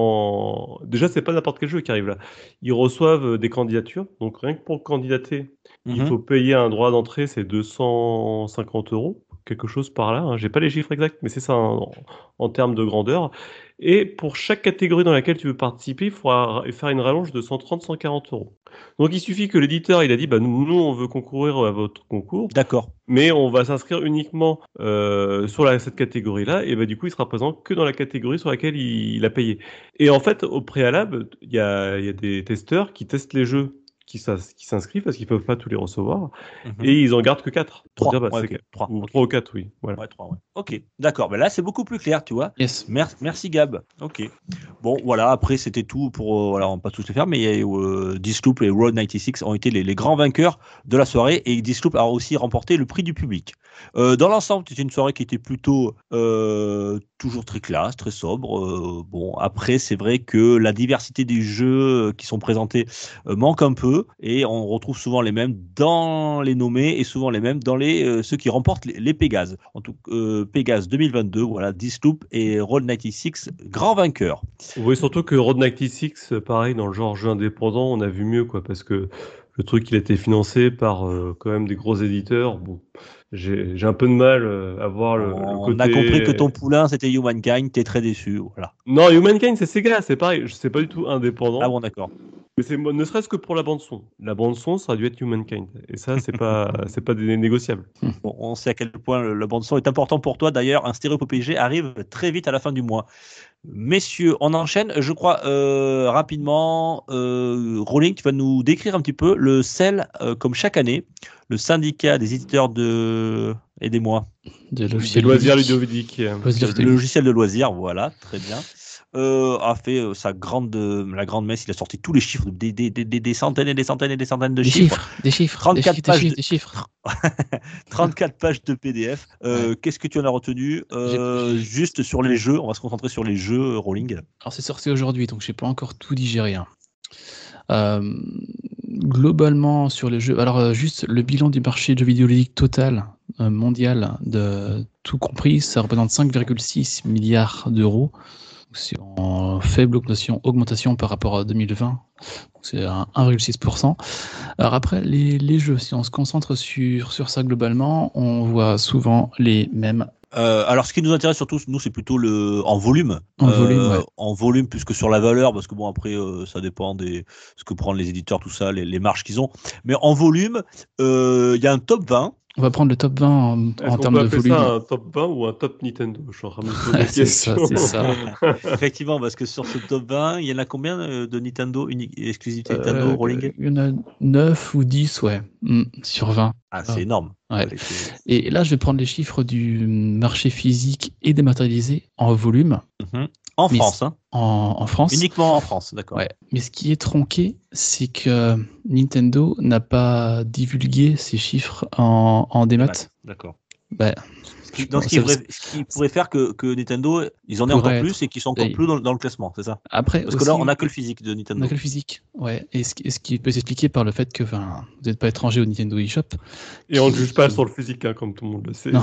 quand déjà, c'est pas n'importe quel jeu qui arrive là. Ils reçoivent euh, des candidatures. Donc rien que pour candidater, il Mhm. faut payer un droit d'entrée, c'est deux cent cinquante euros, quelque chose par là. Hein. J'ai pas les chiffres exacts, mais c'est ça en, en termes de grandeur. Et pour chaque catégorie dans laquelle tu veux participer, il faudra ra- faire une rallonge de cent trente, cent quarante euros. Donc il suffit que l'éditeur, il a dit, bah nous, nous, on veut concourir à votre concours. D'accord. Mais on va s'inscrire uniquement euh, sur la, cette catégorie-là, et bah, du coup, il sera présent que dans la catégorie sur laquelle il, il a payé. Et en fait, au préalable, il y a, il y a des testeurs qui testent les jeux qui, s'ins- qui s'inscrivent parce qu'ils peuvent pas tous les recevoir, Mhm. et ils en gardent que quatre. Pour Trois. dire, bah, Ouais, c'est ok. Trois. ou Ok. trois ou quatre, oui. Voilà. Ouais, trois, ouais. Ok, d'accord. Ben là, c'est beaucoup plus clair, tu vois. Yes. Merci, merci Gab. Ok. Bon, voilà. Après, c'était tout pour. Euh, voilà, on va pas tous les faire, mais il y a eu, euh, Deathloop et Road quatre-vingt-six ont été les, les grands vainqueurs de la soirée, et Deathloop a aussi remporté le prix du public. Euh, dans l'ensemble, c'était une soirée qui était plutôt euh, toujours très classe, très sobre. Euh, bon, après, c'est vrai que la diversité des jeux qui sont présentés euh, manque un peu, et on retrouve souvent les mêmes dans les nommés et souvent les mêmes dans les euh, ceux qui remportent les, les Pégases. En tout euh, Pégase deux mille vingt-deux, voilà, Deathloop et Road quatre-vingt-six, grand vainqueur. Vous voyez surtout que Road quatre-vingt-six, euh, pareil, dans le genre jeu indépendant, on a vu mieux, quoi, parce que le truc, il a été financé par euh, quand même des gros éditeurs. Bon, j'ai j'ai un peu de mal euh, à voir le, le On côté. a compris que ton poulain c'était Humankind, t'es très déçu, voilà. Non, Humankind, c'est Sega, c'est pareil, c'est pas du tout indépendant. Ah bon, d'accord. Mais c'est ne serait-ce que pour la bande son. La bande son, ça a dû être Humankind, et ça, c'est pas, c'est pas des- négociable. Bon, on sait à quel point le, le bande son est important pour toi. D'ailleurs, un stéréo P G arrive très vite à la fin du mois. Messieurs, on enchaîne. Je crois euh, rapidement, euh, Rolling, tu vas nous décrire un petit peu le C E L, euh, comme chaque année, le syndicat des éditeurs de. Aidez-moi. De Des logiciels loisirs ludiques. ludoviques. Loisirs Le ludiques. logiciel de loisirs, voilà, très bien. Euh, a fait euh, sa grande, euh, la grande messe. Il a sorti tous les chiffres, des, des, des, des centaines et des centaines et des centaines de Des chiffres. chiffres, des chiffres, des trente-quatre chiffres, des pages chiffres, de- des chiffres. trente-quatre pages de P D F. Euh, Ouais. Qu'est-ce que tu en as retenu Euh, J'ai- Juste sur les jeux, on va se concentrer sur les jeux, euh, Rolling. Alors c'est sorti aujourd'hui, donc j'ai pas encore tout digéré. hein. Euh, globalement sur les jeux, alors euh, juste le bilan du marché de jeux vidéo ludique total euh, mondial, de tout compris, ça représente cinq virgule six milliards d'euros. Donc, c'est en faible augmentation, augmentation par rapport à deux mille vingt. Donc, c'est un un virgule six pour cent. Alors après, les, les jeux, si on se concentre sur, sur ça globalement, on voit souvent les mêmes. Euh, alors, ce qui nous intéresse surtout, nous, c'est plutôt le en volume. En Euh, volume, ouais. En volume, plus que sur la valeur, parce que bon, après, euh, ça dépend des ce que prennent les éditeurs, tout ça, les, les marges qu'ils ont. Mais en volume, euh, il y a un top vingt. On va prendre le top vingt en, Est-ce en qu'on termes peut de appeler volume. ça un top vingt ou un top Nintendo? Je suis en train de me poser Ouais, la c'est ça, question. c'est ça. Effectivement, parce que sur ce top vingt, il y en a combien euh, de Nintendo, unique, exclusivité Nintendo, Euh, Rolling? Il y en a neuf ou dix, ouais, mm, sur vingt. Ah, c'est énorme. Ouais. Ouais, c'est- Et là, je vais prendre les chiffres du marché physique et dématérialisé en volume Mhm. En Mais France, hein. en, en France. Uniquement en France, d'accord. Ouais. Mais ce qui est tronqué, c'est que Nintendo n'a pas divulgué ces chiffres en, en démat. D'accord. Bah, Ce qui, je donc, pense- ce qui, ça- pourrait, ce qui pourrait faire que, que Nintendo, ils en aient Pourrait encore plus être. et qu'ils sont encore Et- plus dans, dans le classement, c'est ça? Après, Parce que là, aussi- on n'a que le physique de On Nintendo. a que le physique, ouais. Et ce, qui- et ce qui peut s'expliquer par le fait que enfin, vous n'êtes pas étranger au Nintendo eShop. Et on ne Qui- juge pas qui- sur le physique, hein, comme tout le monde le sait. Non.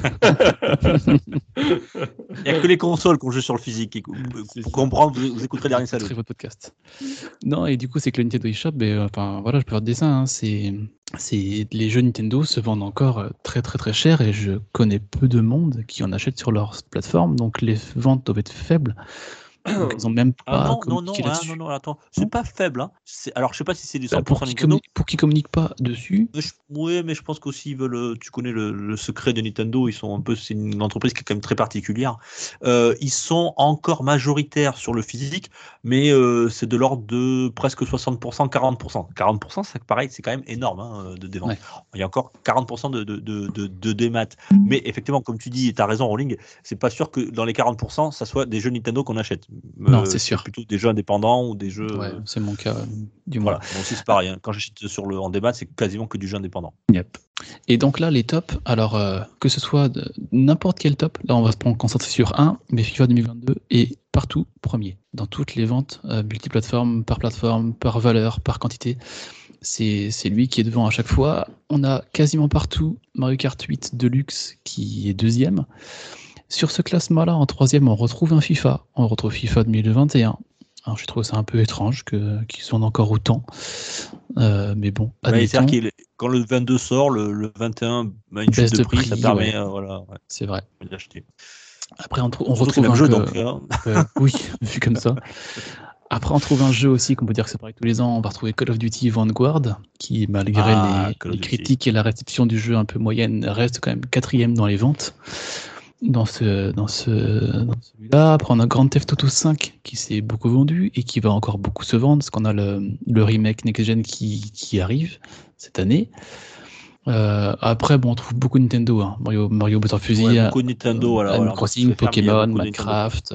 Il n'y a que les consoles qu'on joue sur le physique. Et pour Si, si. comprendre, vous, vous écouterez dernier Très salaud. votre podcast. Non, et du coup, c'est que le Nintendo eShop, ben, euh, enfin, voilà, je peux faire des dessins. Hein, c'est, c'est, les jeux Nintendo se vendent encore euh, très très très cher et je connais peu de monde qui en achète sur leur plateforme, donc les ventes doivent être faibles. Donc, ils ont même pas Ah non, non, communiqué non, hein, là-dessus. non, non, attends, c'est Non. pas faible. Hein. C'est- Alors, je sais pas si c'est du Bah, cent pour pour cent qu'ils Nintendo. communi- pour qu'ils communiquent pas dessus, Mais je- Oui, mais je pense qu'aussi, ils veulent, euh, tu connais le, le secret de Nintendo, ils sont un peu, c'est une entreprise qui est quand même très particulière. Euh, ils sont encore majoritaires sur le physique, mais euh, c'est de l'ordre de presque soixante pour cent, quarante pour cent. quarante pour cent, c'est pareil, c'est quand même énorme hein, de dévente. Ouais. Il y a encore quarante pour cent de, de, de, de, de démat. Mais effectivement, comme tu dis, et tu as raison, Rolling, c'est pas sûr que dans les quarante pour cent, ça soit des jeux Nintendo qu'on achète. Non, c'est sûr. Plutôt des jeux indépendants ou des jeux. ouais, euh, c'est mon cas, euh, du moins. Voilà, moi aussi c'est pareil. hein. Quand j'achète sur le en démat, c'est quasiment que du jeu indépendant. Yep. Et donc là, les tops, alors euh, que ce soit de n'importe quel top, là on va se prendre concentrer sur un, mais FIFA deux mille vingt-deux est partout premier, dans toutes les ventes euh, multiplateformes, par plateforme, par valeur, par quantité. C'est, c'est lui qui est devant à chaque fois. On a quasiment partout Mario Kart huit Deluxe qui est deuxième. Sur ce classement-là, en troisième, on retrouve un FIFA. On retrouve FIFA deux mille vingt et un. Alors, je trouve ça un peu étrange que, qu'ils sont encore autant. Euh, mais bon, ouais, c'est-à-dire qu'il, quand le vingt-deux sort, le, le vingt et un a une chute de, de prix, prix, ça permet ouais. euh, voilà, ouais, c'est vrai. d'acheter. Après, on, on retrouve un un jeu, que, donc. Hein. Euh, oui, vu comme ça. Après, on trouve un jeu aussi qu'on peut dire que c'est pareil tous les ans. On va retrouver Call of Duty Vanguard, qui, malgré ah, les, les critiques et la réception du jeu un peu moyenne, reste quand même quatrième dans les ventes. Dans, ce, dans, ce, dans celui-là. Après, on a Grand Theft Auto cinq qui s'est beaucoup vendu et qui va encore beaucoup se vendre, parce qu'on a le, le remake Next Gen qui, qui arrive cette année. Euh, après, bon, on trouve beaucoup de Nintendo, hein. Mario, Mario Butter Fusy, ouais, beaucoup de Nintendo, voilà, Animal voilà, Crossing, Pokémon, Minecraft.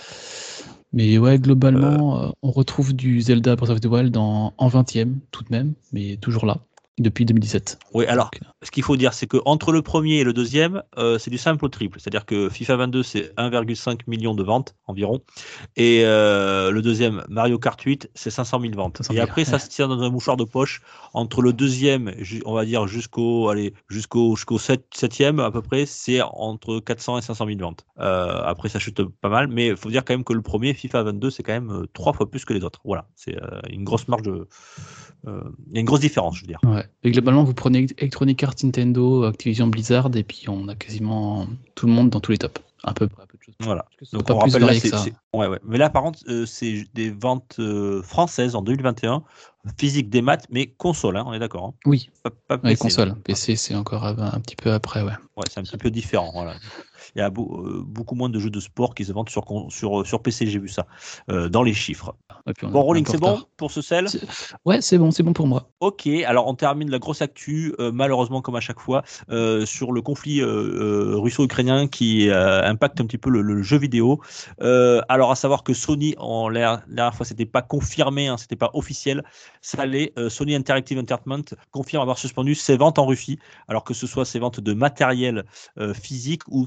Mais ouais, globalement, euh... on retrouve du Zelda Breath of the Wild en, en vingtième, tout de même, mais toujours là. Depuis deux mille dix-sept. Oui, alors, Donc, ce qu'il faut dire, c'est qu'entre le premier et le deuxième, euh, c'est du simple au triple. C'est-à-dire que FIFA vingt-deux, c'est un virgule cinq million de ventes environ. Et euh, le deuxième, Mario Kart huit, c'est cinq cent mille ventes. Et après, ouais. ça se tient dans un mouchoir de poche. Entre le deuxième, on va dire jusqu'au, allez, jusqu'au, jusqu'au septième à peu près, c'est entre quatre cents et cinq cent mille ventes. Euh, après, ça chute pas mal. Mais il faut dire quand même que le premier, FIFA vingt-deux, c'est quand même euh, trois fois plus que les autres. Voilà, c'est euh, une grosse marge de... Il euh, y a une grosse différence, je veux dire. Ouais. Et globalement, vous prenez Electronic Arts, Nintendo, Activision Blizzard, et puis on a quasiment tout le monde dans tous les tops. Un peu, un peu de choses. Voilà. Donc pas on plus rappelle là, c'est, que ça. C'est... Ouais, ouais. Mais là, par contre, euh, c'est des ventes euh, françaises en deux mille vingt et un, physique des maths, mais console, hein, on est d'accord. Hein. Oui. Pas, pas P C, ouais, console. Hein. P C, c'est encore un, un petit peu après, ouais. Ouais, c'est un petit peu différent. Voilà. Il y a beau, euh, beaucoup moins de jeux de sport qui se vendent sur, sur, sur P C, j'ai vu ça, euh, dans les chiffres. Bon, Rolling, c'est bon pour ce sel c'est... Ouais, c'est bon, c'est bon pour moi. Ok, alors on termine la grosse actu, euh, malheureusement comme à chaque fois, euh, sur le conflit euh, euh, russo-ukrainien qui euh, impacte un petit peu le, le jeu vidéo. Euh, alors à savoir que Sony, en la dernière fois, c'était pas confirmé, hein, c'était pas officiel, ça allait. Euh, Sony Interactive Entertainment confirme avoir suspendu ses ventes en Russie, alors que ce soit ses ventes de matériel euh, physique ou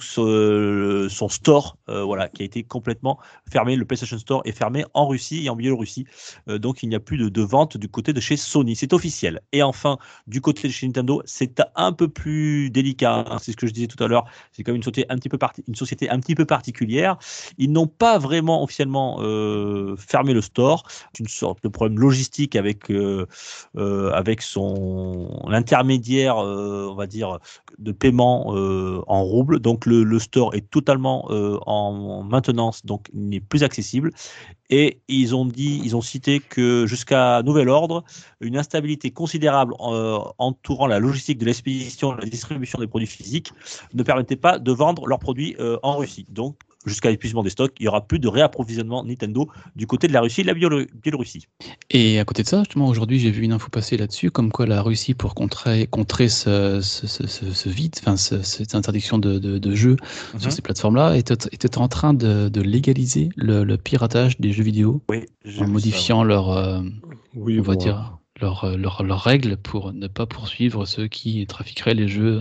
ce, son store, euh, voilà, qui a été complètement fermé. Le PlayStation Store est fermé en Russie et en Biélorussie, euh, donc il n'y a plus de, de vente du côté de chez Sony. C'est officiel. Et enfin, du côté de chez Nintendo, c'est un peu plus délicat. Hein, c'est ce que je disais tout à l'heure. C'est comme une société un petit peu, parti- une société un petit peu particulière. Ils n'ont pas vraiment officiellement euh, fermé le store. C'est une sorte de problème logistique avec euh, euh, avec son intermédiaire, euh, on va dire, de paiement euh, en roubles. Donc le, le store est totalement euh, en maintenance, donc il n'est plus accessible. Et ils ont dit, ils ont cité que jusqu'à nouvel ordre, une instabilité considérable euh, entourant la logistique de l'expédition et de la distribution des produits physiques ne permettait pas de vendre leurs produits euh, en Russie. Donc, jusqu'à l'épuisement des stocks, il n'y aura plus de réapprovisionnement Nintendo du côté de la Russie et de la Biélorussie. Et à côté de ça, justement, aujourd'hui, j'ai vu une info passer là-dessus, comme quoi la Russie, pour contrer, contrer ce, ce, ce, ce, ce vide, enfin, ce, cette interdiction de, de, de jeu mm-hmm. sur ces plateformes-là, était, était en train de, de légaliser le, le piratage des jeux vidéo, oui, en modifiant ça, ouais. leur, euh, oui, on va bon, dire, leurs leur, leur règles pour ne pas poursuivre ceux qui trafiqueraient les jeux.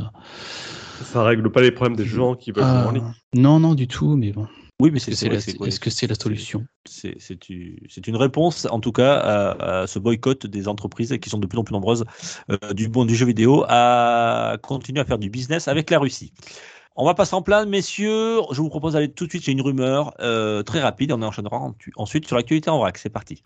Ça règle pas les problèmes des gens qui veulent euh, jouer en ligne. Non, non, du tout, mais bon. Oui, mais est-ce c'est, que c'est, c'est, la, c'est, est-ce que c'est la solution c'est, c'est, c'est une réponse, en tout cas, à, à ce boycott des entreprises qui sont de plus en plus nombreuses euh, du monde du jeu vidéo à continuer à faire du business avec la Russie. On va passer en plein, messieurs. Je vous propose d'aller tout de suite chez une rumeur euh, très rapide. On enchaînera ensuite sur l'actualité en vrac. C'est parti.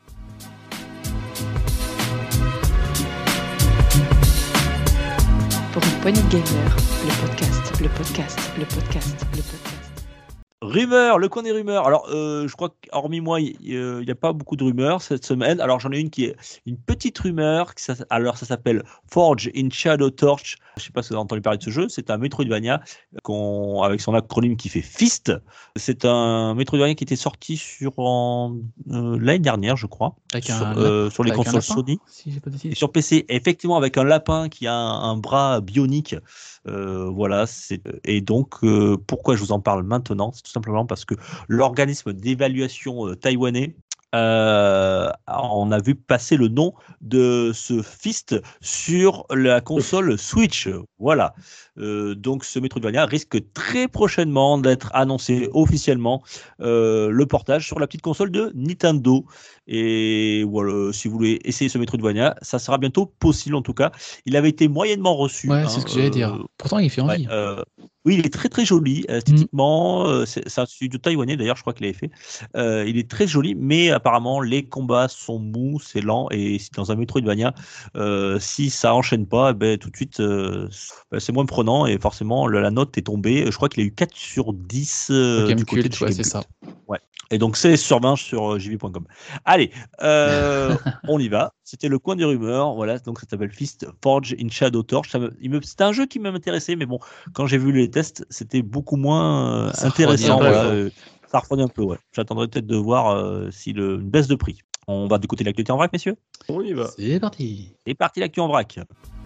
Pour une poignée de gamers, le podcast, le podcast, le podcast, le podcast. Rumeurs, le coin des rumeurs. Alors, euh, je crois qu'hormis moi, il n'y a pas beaucoup de rumeurs cette semaine. Alors, j'en ai une qui est une petite rumeur. Qui, ça, alors, ça s'appelle Forge in Shadow Torch. Je ne sais pas si vous avez entendu parler de ce jeu. C'est un Metroidvania qu'on, avec son acronyme qui fait Fist. C'est un Metroidvania qui était sorti sur en, euh, l'année dernière, je crois, avec sur, un, euh, sur les consoles lapin, Sony. Si j'ai pas et sur P C, effectivement, avec un lapin qui a un, un bras bionique. Euh, voilà, c'est... et donc euh, pourquoi je vous en parle maintenant, c'est tout simplement parce que l'organisme d'évaluation euh, taïwanais euh, on a vu passer le nom de ce Fist sur la console Switch. Voilà. Euh, donc ce Metroidvania risque très prochainement d'être annoncé officiellement, euh, le portage sur la petite console de Nintendo. Et voilà, si vous voulez essayer ce Metroidvania, ça sera bientôt possible en tout cas. Il avait été moyennement reçu. Ouais, hein, c'est ce que j'allais euh, dire. Pourtant, il fait envie. Ouais, euh, oui, il est très très joli esthétiquement. Euh, c'est c'est un studio taïwanais d'ailleurs, je crois qu'il avait fait. Euh, il est très joli, mais apparemment les combats sont mous, c'est lent et si dans un Metroidvania, euh, si ça enchaîne pas, eh ben, tout de suite euh, c'est c'est moins prenant et forcément la, la note est tombée. Je crois qu'il a eu quatre sur dix euh, du côté de Gamecult, chez ouais, c'est Gamecult. ça. Ouais. Et donc c'est sur vingt sur j v point com. Allez, euh, on y va. C'était le coin des rumeurs. Voilà, donc ça s'appelle Fist Forge in Shadow Torch. Ça me- il me- C'était un jeu qui m'intéressait, mais bon, quand j'ai vu les tests, c'était beaucoup moins euh, Ça intéressant. refroidit un peu. Voilà, euh, ça refroidit un peu, ouais. J'attendrai peut-être de voir euh, si le, une baisse de prix. On va du côté de l'actualité en vrac, messieurs. On y va. C'est parti. C'est parti, l'actu en vrac.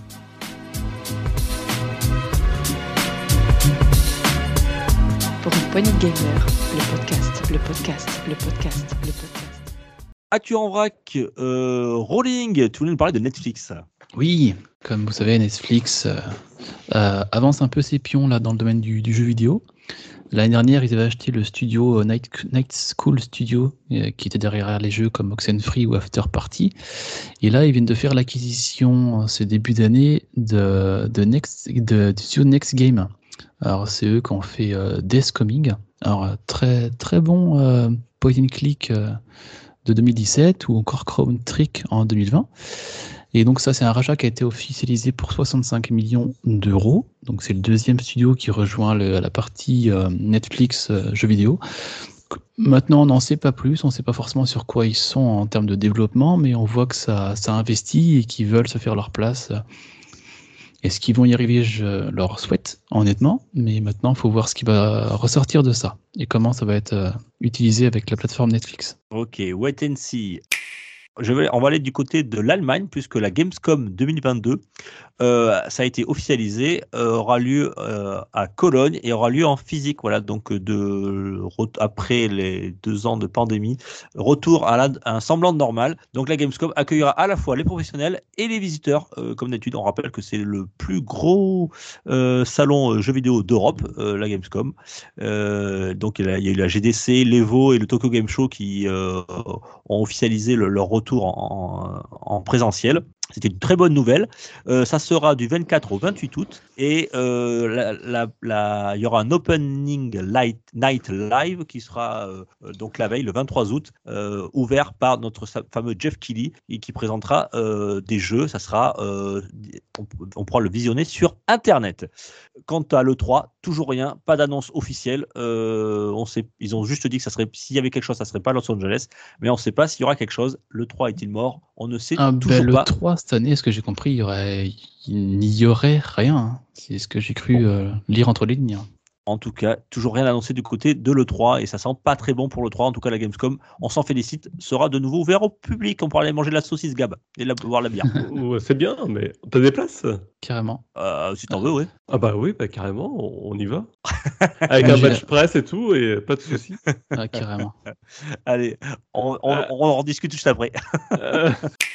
Pour une poignée de gamers, le podcast, le podcast, le podcast, le podcast. Actu en vrac, euh, Rolling, tu voulais nous parler de Netflix. Oui, comme vous savez, Netflix euh, euh, avance un peu ses pions là, dans le domaine du, du jeu vidéo. L'année dernière, ils avaient acheté le studio euh, Night, Night School Studio, euh, qui était derrière les jeux comme Oxenfree ou After Party. Et là, ils viennent de faire l'acquisition, euh, ce début d'année, de, de Next, de, du studio Next Game. Alors, c'est eux qui ont fait euh, Death Coming. Alors, euh, très, très bon euh, point and click euh, de deux mille dix-sept ou encore Crown Trick en deux mille vingt. Et donc ça, c'est un rachat qui a été officialisé pour soixante-cinq millions d'euros. Donc c'est le deuxième studio qui rejoint le- la partie euh, Netflix euh, jeux vidéo. Maintenant, on n'en sait pas plus, on ne sait pas forcément sur quoi ils sont en termes de développement, mais on voit que ça, ça investit et qu'ils veulent se faire leur place. Est-ce qu'ils vont y arriver? Je leur souhaite, honnêtement, mais maintenant, il faut voir ce qui va ressortir de ça et comment ça va être euh, utilisé avec la plateforme Netflix. Ok, wait and see. Je vais, on va aller du côté de l'Allemagne, puisque la Gamescom deux mille vingt-deux, euh, ça a été officialisé, euh, aura lieu euh, à Cologne et aura lieu en physique. Voilà, donc de, après les deux ans de pandémie, retour à, la, à un semblant de normal. Donc la Gamescom accueillera à la fois les professionnels et les visiteurs. Euh, comme d'habitude, on rappelle que c'est le plus gros euh, salon euh, jeux vidéo d'Europe, euh, la Gamescom. Euh, donc il y, a, il y a eu la G D C, l'Evo et le Tokyo Game Show qui euh, ont officialisé le, leur retour en, en présentiel. C'était une très bonne nouvelle. Euh, ça sera du vingt-quatre au vingt-huit août et euh, la, la, la, il y aura un opening light, night live qui sera euh, donc la veille, le vingt-trois août, euh, ouvert par notre fameux Jeff Keighley et qui présentera euh, des jeux. Ça sera, euh, on, on pourra le visionner sur Internet. Quant à l'E trois, toujours rien, pas d'annonce officielle. Euh, on sait, ils ont juste dit que ça serait, s'il y avait quelque chose, ça serait pas Los Angeles, mais on ne sait pas s'il y aura quelque chose. L'E trois est-il mort? On ne sait Ah, toujours ben, le pas. trois cette année, ce que j'ai compris, il y aurait, il n'y aurait rien. Hein. C'est ce que j'ai cru euh, lire entre les lignes. En tout cas, toujours rien annoncé du côté de l'E trois et ça sent pas très bon pour l'E trois. En tout cas, la Gamescom, on s'en félicite, sera de nouveau ouvert au public. On pourra aller manger de la saucisse Gab et la, boire la bière. Ouais, c'est bien, mais t'as des places? Carrément. Euh, si t'en veux, oui. Ah bah oui, bah carrément, on, on y va. Avec Moi, un j'ai- badge presse et tout, et pas de soucis. Ah, carrément. Allez, on, on, Euh. on en discute juste après. Euh,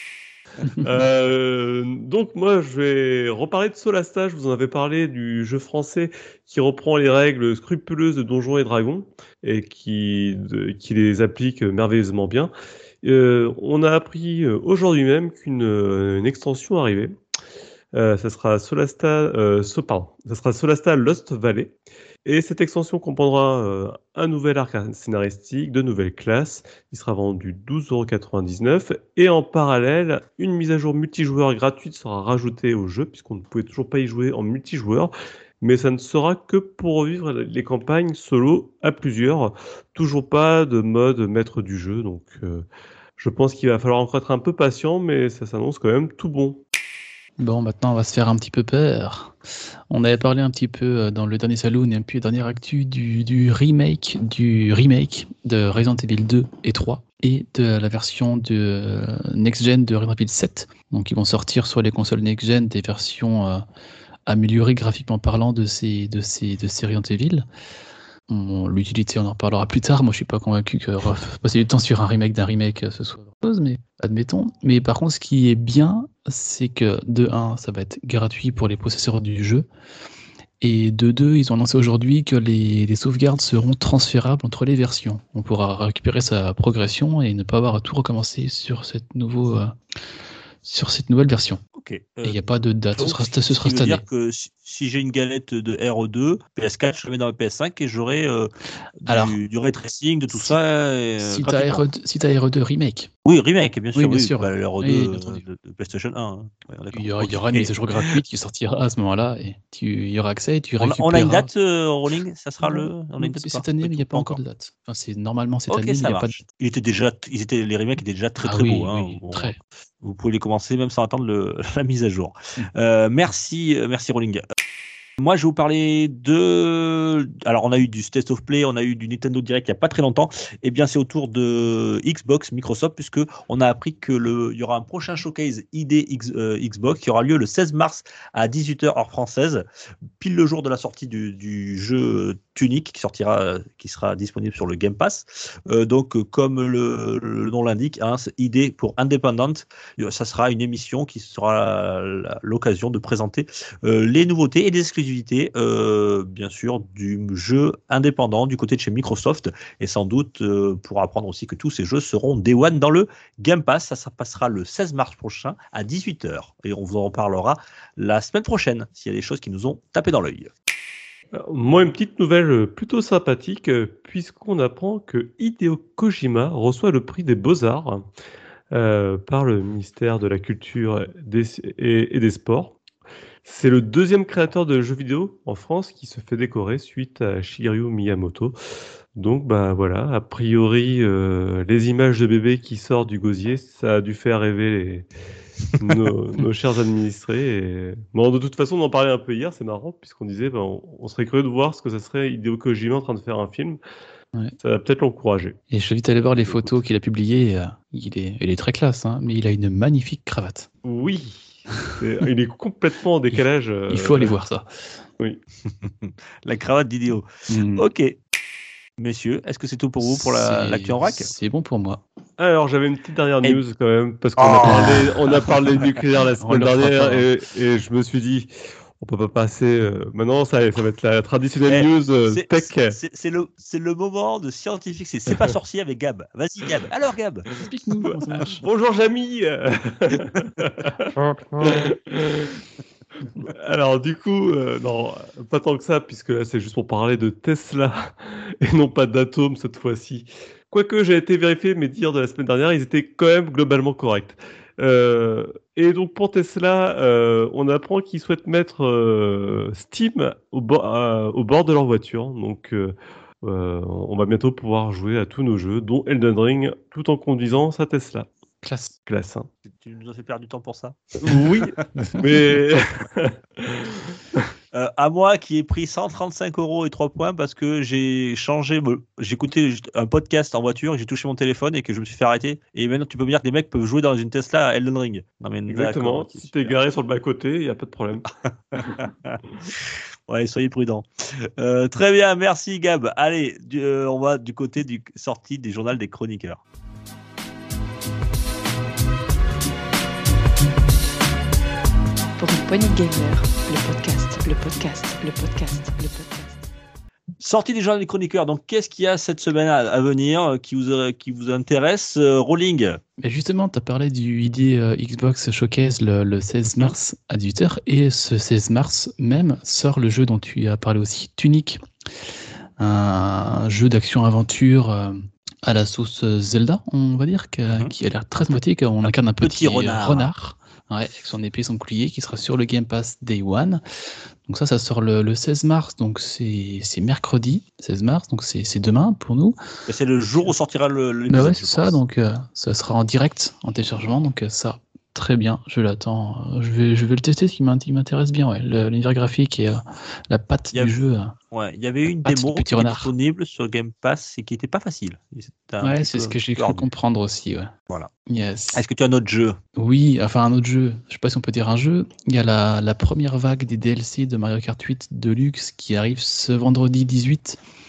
euh, donc moi je vais reparler de Solasta. Je vous en avais parlé du jeu français qui reprend les règles scrupuleuses de Donjons et Dragons et qui, de- qui les applique merveilleusement bien. Euh, on a appris euh, aujourd'hui même qu'une euh, une extension arrivait. Euh, ça sera Solasta, euh, so- pardon, ça sera Solasta Lost Valley. Et cette extension comprendra euh, un nouvel arc scénaristique, de nouvelles classes. Il sera vendu douze euros quatre-vingt-dix-neuf. Et en parallèle, une mise à jour multijoueur gratuite sera rajoutée au jeu, puisqu'on ne pouvait toujours pas y jouer en multijoueur. Mais ça ne sera que pour revivre les campagnes solo à plusieurs. Toujours pas de mode maître du jeu. Donc euh, je pense qu'il va falloir encore être un peu patient, mais ça s'annonce quand même tout bon. Bon, maintenant, on va se faire un petit peu peur. On avait parlé un petit peu euh, dans le dernier Saloon et un peu dernière actu du, du remake du remake de Resident Evil deux et trois et de la version de euh, next-gen de Resident Evil sept. Donc, ils vont sortir sur les consoles next-gen des versions euh, améliorées graphiquement parlant de ces, de ces, de ces Resident Evil. on- l'utilité, on en reparlera plus tard. Moi, je suis pas convaincu que re- passer du temps sur un remake d'un remake, euh, ce soit autre chose, mais admettons. Mais par contre, ce qui est bien, c'est que de un, ça va être gratuit pour les possesseurs du jeu. Et de deux, ils ont annoncé aujourd'hui que les, les sauvegardes seront transférables entre les versions. On pourra récupérer sa progression et ne pas avoir à tout recommencer sur cette, nouveau, euh, sur cette nouvelle version. Ok. Et Euh, il n'y a pas de date, ce donc, sera, ce ce qui sera veut cette année. dire que si, si j'ai une galette de R E deux, P S quatre, je le mets dans la P S cinq et j'aurai euh, du, Alors, du ray tracing, de tout si- ça. euh, Si t'as gratuitement. R E deux, si t'as R E deux Remake, Oui, remake, bien sûr. Oui, bien oui, sûr. bah, le R E deux Oui, bien euh, entendu. de, de PlayStation un. hein. Ouais, d'accord. il y aura, il y Ok. aura une mise à jour gratuite qui sortira à ce moment-là et tu, il y aura accès et tu On a, récupéreras. on a une date, euh, Rolling Ça sera Non, le. On a non, une date c'est ou pas cette année, Pas mais il du n'y a tout, pas encore de date. Enfin, c'est normalement cette Ok, année, mais il ça n'y a pas de marche. Il était déjà, ils étaient, les remakes étaient déjà très Ah très oui, beaux. Hein. oui, Bon, très. vous pouvez les commencer même sans attendre le, la mise à jour. Mm. Euh, merci, euh, merci Rolling. Moi, je vais vous parler de. Alors, on a eu du State of Play, on a eu du Nintendo Direct il n'y a pas très longtemps. Eh bien, c'est au tour de Xbox, Microsoft, puisque on a appris que le, il y aura un prochain showcase I D X, euh, Xbox qui aura lieu le seize mars à dix-huit heures heure française, pile le jour de la sortie du, du jeu Tunic qui sortira, qui sera disponible sur le Game Pass. Euh, donc, comme le, le nom l'indique, hein, c'est I D pour Independent. Ça sera une émission qui sera l'occasion de présenter euh, les nouveautés et les exclusivités, euh, bien sûr, du jeu indépendant du côté de chez Microsoft. Et sans doute, euh, pour apprendre aussi que tous ces jeux seront Day One dans le Game Pass. Ça, ça passera le seize mars prochain à dix-huit heures. Et on vous en reparlera la semaine prochaine s'il y a des choses qui nous ont tapé dans l'œil. Alors, moi, une petite nouvelle plutôt sympathique, euh, puisqu'on apprend que Hideo Kojima reçoit le prix des Beaux-Arts euh, par le ministère de la Culture des- et, et des Sports. C'est le deuxième créateur de jeux vidéo en France qui se fait décorer suite à Shigeru Miyamoto. Donc, bah voilà, a priori, euh, les images de bébés qui sortent du gosier, ça a dû faire rêver les- nos, nos chers administrés. Et... Bon, de toute façon, on en parlait un peu hier, c'est marrant, puisqu'on disait, bah, on, on serait curieux de voir ce que ça serait Hideo Kojima en train de faire un film. Ouais. Ça va peut-être l'encourager. Et je t'invite à aller voir les Écoute. photos qu'il a publiées. euh, Il est, il est très classe, hein, mais il a une magnifique cravate. Oui, c'est- il est complètement en décalage. euh, Il faut aller voir ça. Oui. La cravate d'Hideo. Mm. Ok. Messieurs, est-ce que c'est tout pour vous pour la- C'est- l'actu en vrac C'est bon pour moi. Alors, j'avais une petite dernière Et- news quand même, parce qu'on Oh. a parlé, on a parlé nucléaire la On semaine le fera dernière, pas, hein. et, et je me suis dit, on peut pas passer. euh, Maintenant, ça, ça va être la traditionnelle Eh, news euh, C'est- tech. c'est- C'est c'est le, c'est le moment de scientifique. C'est c'est pas sorcier avec Gab. Vas-y, Gab. Alors, Gab. Explique-nous comment ça marche. Bonjour, Jamy. Alors, du coup, euh, non, pas tant que ça, puisque là, c'est juste pour parler de Tesla et non pas d'Atom cette fois-ci. Quoique j'ai été vérifier mes dires de la semaine dernière, ils étaient quand même globalement corrects. Euh, et donc pour Tesla, euh, on apprend qu'ils souhaitent mettre euh, Steam au, bo- euh, au bord de leur voiture. Donc euh, euh, on va bientôt pouvoir jouer à tous nos jeux, dont Elden Ring, tout en conduisant sa Tesla. Classe. Classe, hein. Tu nous as fait perdre du temps pour ça. Oui, mais Euh, à moi qui ai pris cent trente-cinq euros et trois points parce que j'ai changé, me- j'ai écouté un podcast en voiture, j'ai touché mon téléphone et que je me suis fait arrêter. Et maintenant, tu peux me dire que des mecs peuvent jouer dans une Tesla à Elden Ring. Non, mais exactement, d'accord, ok, si t'es super. garé sur le bas-côté, il n'y a pas de problème. Ouais, soyez prudents. Euh, très bien, merci Gab. Allez, du- euh, on va du côté du sortie des journaux des chroniqueurs. Pour une poignée de gamers, le podcast, le podcast, le podcast, le podcast. Sortie des journaux des chroniqueurs. Donc, qu'est-ce qu'il y a cette semaine à, à venir euh, qui vous, euh, qui vous intéresse euh, Rolling. Mais justement, tu as parlé du I D euh, Xbox Showcase le, le seize mars à dix-huit heures. Et ce seize mars même sort le jeu dont tu as parlé aussi, Tunic. Un jeu d'action-aventure euh, à la sauce Zelda, on va dire, qui a, Mhm. qui a l'air très sympathique. On incarne un Petit petit, renard. renard. Ouais, avec son épée, son bouclier, qui sera sur le Game Pass Day One. Donc ça, ça sort le, le seize mars, donc c'est c'est mercredi seize mars, donc c'est c'est demain pour nous. Et c'est le jour où sortira le. Bah l'épisode, ouais, je c'est ça, pense. donc euh, ça sera en direct, en téléchargement, donc euh, ça, très bien, je l'attends. Euh, Je vais, je vais le tester, ce qui m'int- il m'intéresse bien, ouais. Le- L'univers graphique et euh, la patte Il y a- du jeu. euh, Ouais, il y avait eu une Patte de démo petit qui était renard. disponible sur Game Pass et qui n'était pas facile. C'était un Ouais, petit c'est peu- ce que j'ai peu cru ardu. comprendre aussi, ouais. Voilà. Yes. Est-ce que tu as un autre jeu? Oui, enfin un autre jeu, je sais pas si on peut dire un jeu, il y a la, la première vague des D L C de Mario Kart huit Deluxe qui arrive ce vendredi dix-huit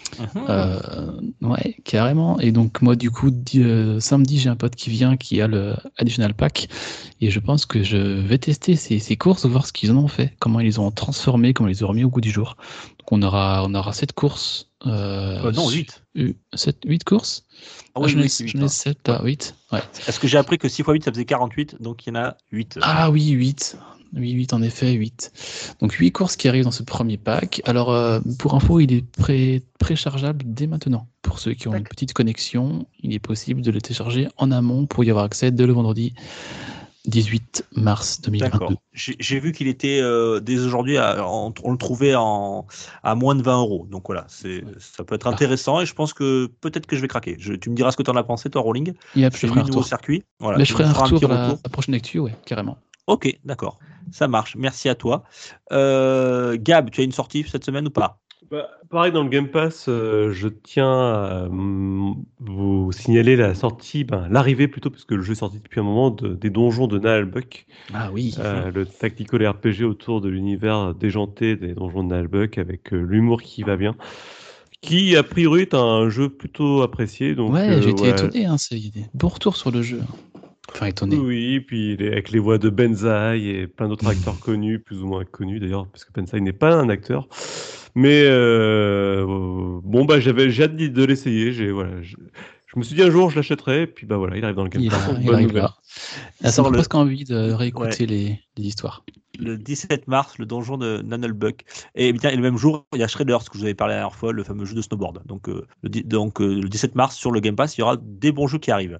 Mhm. Euh, ouais, carrément. Et donc, moi, du coup, di- euh, samedi, j'ai un pote qui vient qui a le Additional Pack. Et je pense que je vais tester ces, ces courses, voir ce qu'ils en ont fait, comment ils les ont transformés, comment ils les ont remis au goût du jour. Donc, on aura, on aura sept courses. Euh, Euh, non, su- huit. euh, sept, huit courses. Ah Ah, oui, j'en ai, oui, c'est huit. j'en ai hein. sept, Ouais. ah, huit. Ouais. Est-ce que j'ai appris que six fois huit, ça faisait quarante-huit, donc il y en a huit. Ah oui, huit. Oui, huit, en effet, huit. Donc huit courses qui arrivent dans ce premier pack. Alors, euh, pour info, il est pré- préchargeable dès maintenant. Pour ceux qui ont une D'accord. petite connexion, il est possible de le télécharger en amont pour y avoir accès dès le vendredi dix-huit mars deux mille vingt-deux. D'accord. J'ai j'ai vu qu'il était euh, dès aujourd'hui, à- en- on le trouvait en, à moins de vingt euros. Donc voilà, c'est, ça peut être Ah. intéressant et je pense que peut-être que je vais craquer. Je- tu me diras ce que tu en as pensé, toi, Rolling. Yep, je C'est ferai un huit nouveaux retour. circuits. Voilà, Mais tu je ferai nous un feras retour petit à la, retour. la prochaine actu, ouais, carrément. Ok, d'accord. Ça marche. Merci à toi. Euh, Gab, tu as une sortie cette semaine ou pas? Bah, pareil, dans le Game Pass, euh, je tiens à mm, vous signaler la sortie, ben, l'arrivée plutôt, parce que le jeu est sorti depuis un moment, de- des donjons de Nalbuck, Ah oui. euh, le tactical R P G autour de l'univers déjanté des donjons de Nalbuck, avec euh, l'humour qui va bien, qui a priori est un jeu plutôt apprécié. Donc, Ouais, euh, j'ai été voilà. étonné, hein, c'est- il y a des bons retours sur le jeu. Enfin, étonné. Oui, puis les- avec les voix de Benzaï et plein d'autres acteurs connus, plus ou moins connus d'ailleurs, parce que Benzaï n'est pas un acteur. Mais euh, bon, bah j'avais j'ai hâte de l'essayer. J'ai voilà, je, je me suis dit un jour je l'achèterai, et puis bah voilà, il arrive dans le Game Il, Pass. a- donc il bonne arrive nouvelle. là. Il Ah, ça me sort fait le, presque envie de ouais, réécouter les, les histoires. le dix-sept mars, le donjon de Nanelbuck. Et bien, et le même jour, il y a Shredder, ce que je vous avais parlé la dernière fois, le fameux jeu de snowboard. Donc, euh, le, di- donc euh, le dix-sept mars, sur le Game Pass, il y aura des bons jeux qui arrivent.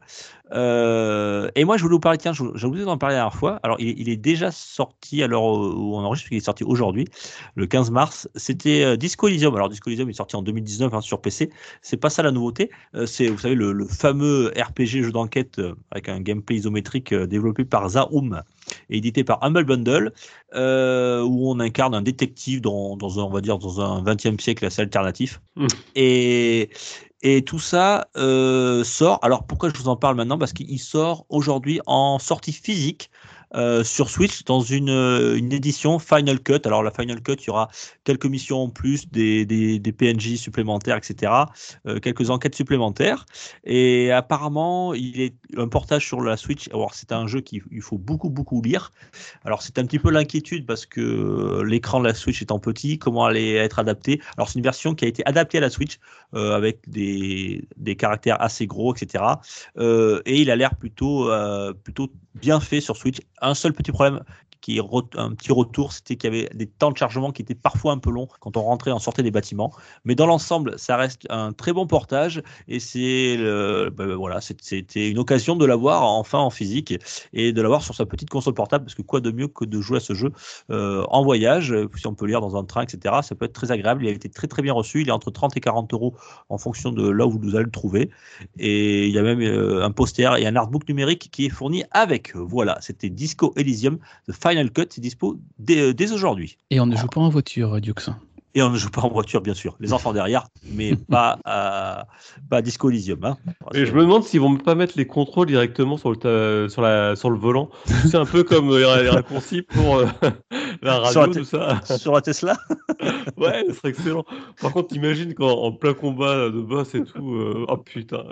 Euh, et moi, je voulais vous parler, tiens, je- j'ai oublié d'en parler la dernière fois. Alors, il, est- il est déjà sorti à l'heure où on enregistre, parce qu'il est sorti aujourd'hui, le quinze mars. C'était euh, Disco Elysium. Alors, Disco Elysium est sorti en deux mille dix-neuf hein, sur P C. C'est pas ça la nouveauté. Euh, c'est, vous savez, le, le fameux R P G jeu d'enquête euh, avec un gameplay isométrique euh, développé par Zaum et édité par Humble Bundle, euh, où on incarne un détective dans, dans un, on va dire, dans un vingtième siècle assez alternatif. Mmh. Et, et tout ça euh, sort. Alors pourquoi je vous en parle maintenant? Parce qu'il sort aujourd'hui en sortie physique euh, sur Switch dans une, une édition Final Cut. Alors la Final Cut, il y aura quelques missions en plus, des, des, des P N J supplémentaires, et cetera. Euh, quelques enquêtes supplémentaires. Et apparemment, il est un portage sur la Switch. Alors c'est un jeu qu'il il faut beaucoup, beaucoup lire. Alors c'est un petit peu l'inquiétude parce que l'écran de la Switch étant petit, comment allait être adapté. Alors c'est une version qui a été adaptée à la Switch euh, avec des, des caractères assez gros, et cetera. Euh, et il a l'air plutôt, euh, plutôt bien fait sur Switch. Un seul petit problème, qui est re- un petit retour, c'était qu'il y avait des temps de chargement qui étaient parfois un peu longs quand on rentrait et en sortait des bâtiments. Mais dans l'ensemble, ça reste un très bon portage et c'est le, ben voilà, c'est- c'était une occasion de l'avoir enfin en physique et de l'avoir sur sa petite console portable parce que quoi de mieux que de jouer à ce jeu euh, en voyage, si on peut lire dans un train, et cetera. Ça peut être très agréable. Il a été très très bien reçu. Il est entre trente et quarante euros en fonction de là où vous allez le trouver. Et il y a même euh, un poster et un artbook numérique qui est fourni avec. Voilà, c'était Disco Elysium, The Final Cut, c'est dispo dès, dès aujourd'hui. Et on ne joue pas en voiture, Dux. Et on ne joue pas en voiture, bien sûr. Les enfants derrière, mais pas à, pas à Disco Elysium. Hein. Et je me demande s'ils vont pas mettre les contrôles directement sur le, ta- sur la, sur le volant. C'est un peu comme euh, les raccourcis pour euh, la radio, Sur la te- tout ça. Sur la Tesla. Ouais, ce serait excellent. Par contre, t'imagines quand en plein combat de boss et tout, euh, oh putain.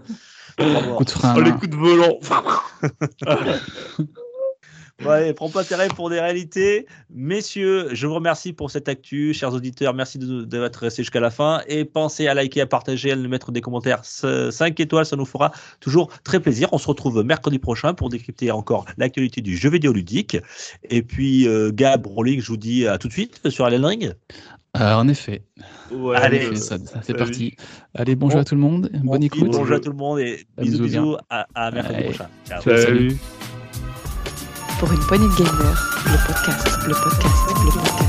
Coup de frein. Oh, les coups de volant. Ouais, prends pas terrain pour des réalités. Messieurs, je vous remercie pour cette actu. Chers auditeurs, merci de, de être restés jusqu'à la fin. Et pensez à liker, à partager, à nous mettre des commentaires cinq étoiles. Ça nous fera toujours très plaisir. On se retrouve mercredi prochain pour décrypter encore l'actualité du jeu vidéo ludique. Et puis, euh, Gab, Rolling, je vous dis à tout de suite sur Elden Ring. Euh, en effet. Ouais, Allez, En effet, euh, ça, ça fait salut. partie. Allez, bonjour Bon, à tout le monde. Bonne On- écoute. Bonjour à tout le monde et bisous, Bisous bien. bisous. À, à mercredi Allez. prochain. Ciao. Salut. Pour une poignée de gamers, le podcast, le podcast, le podcast.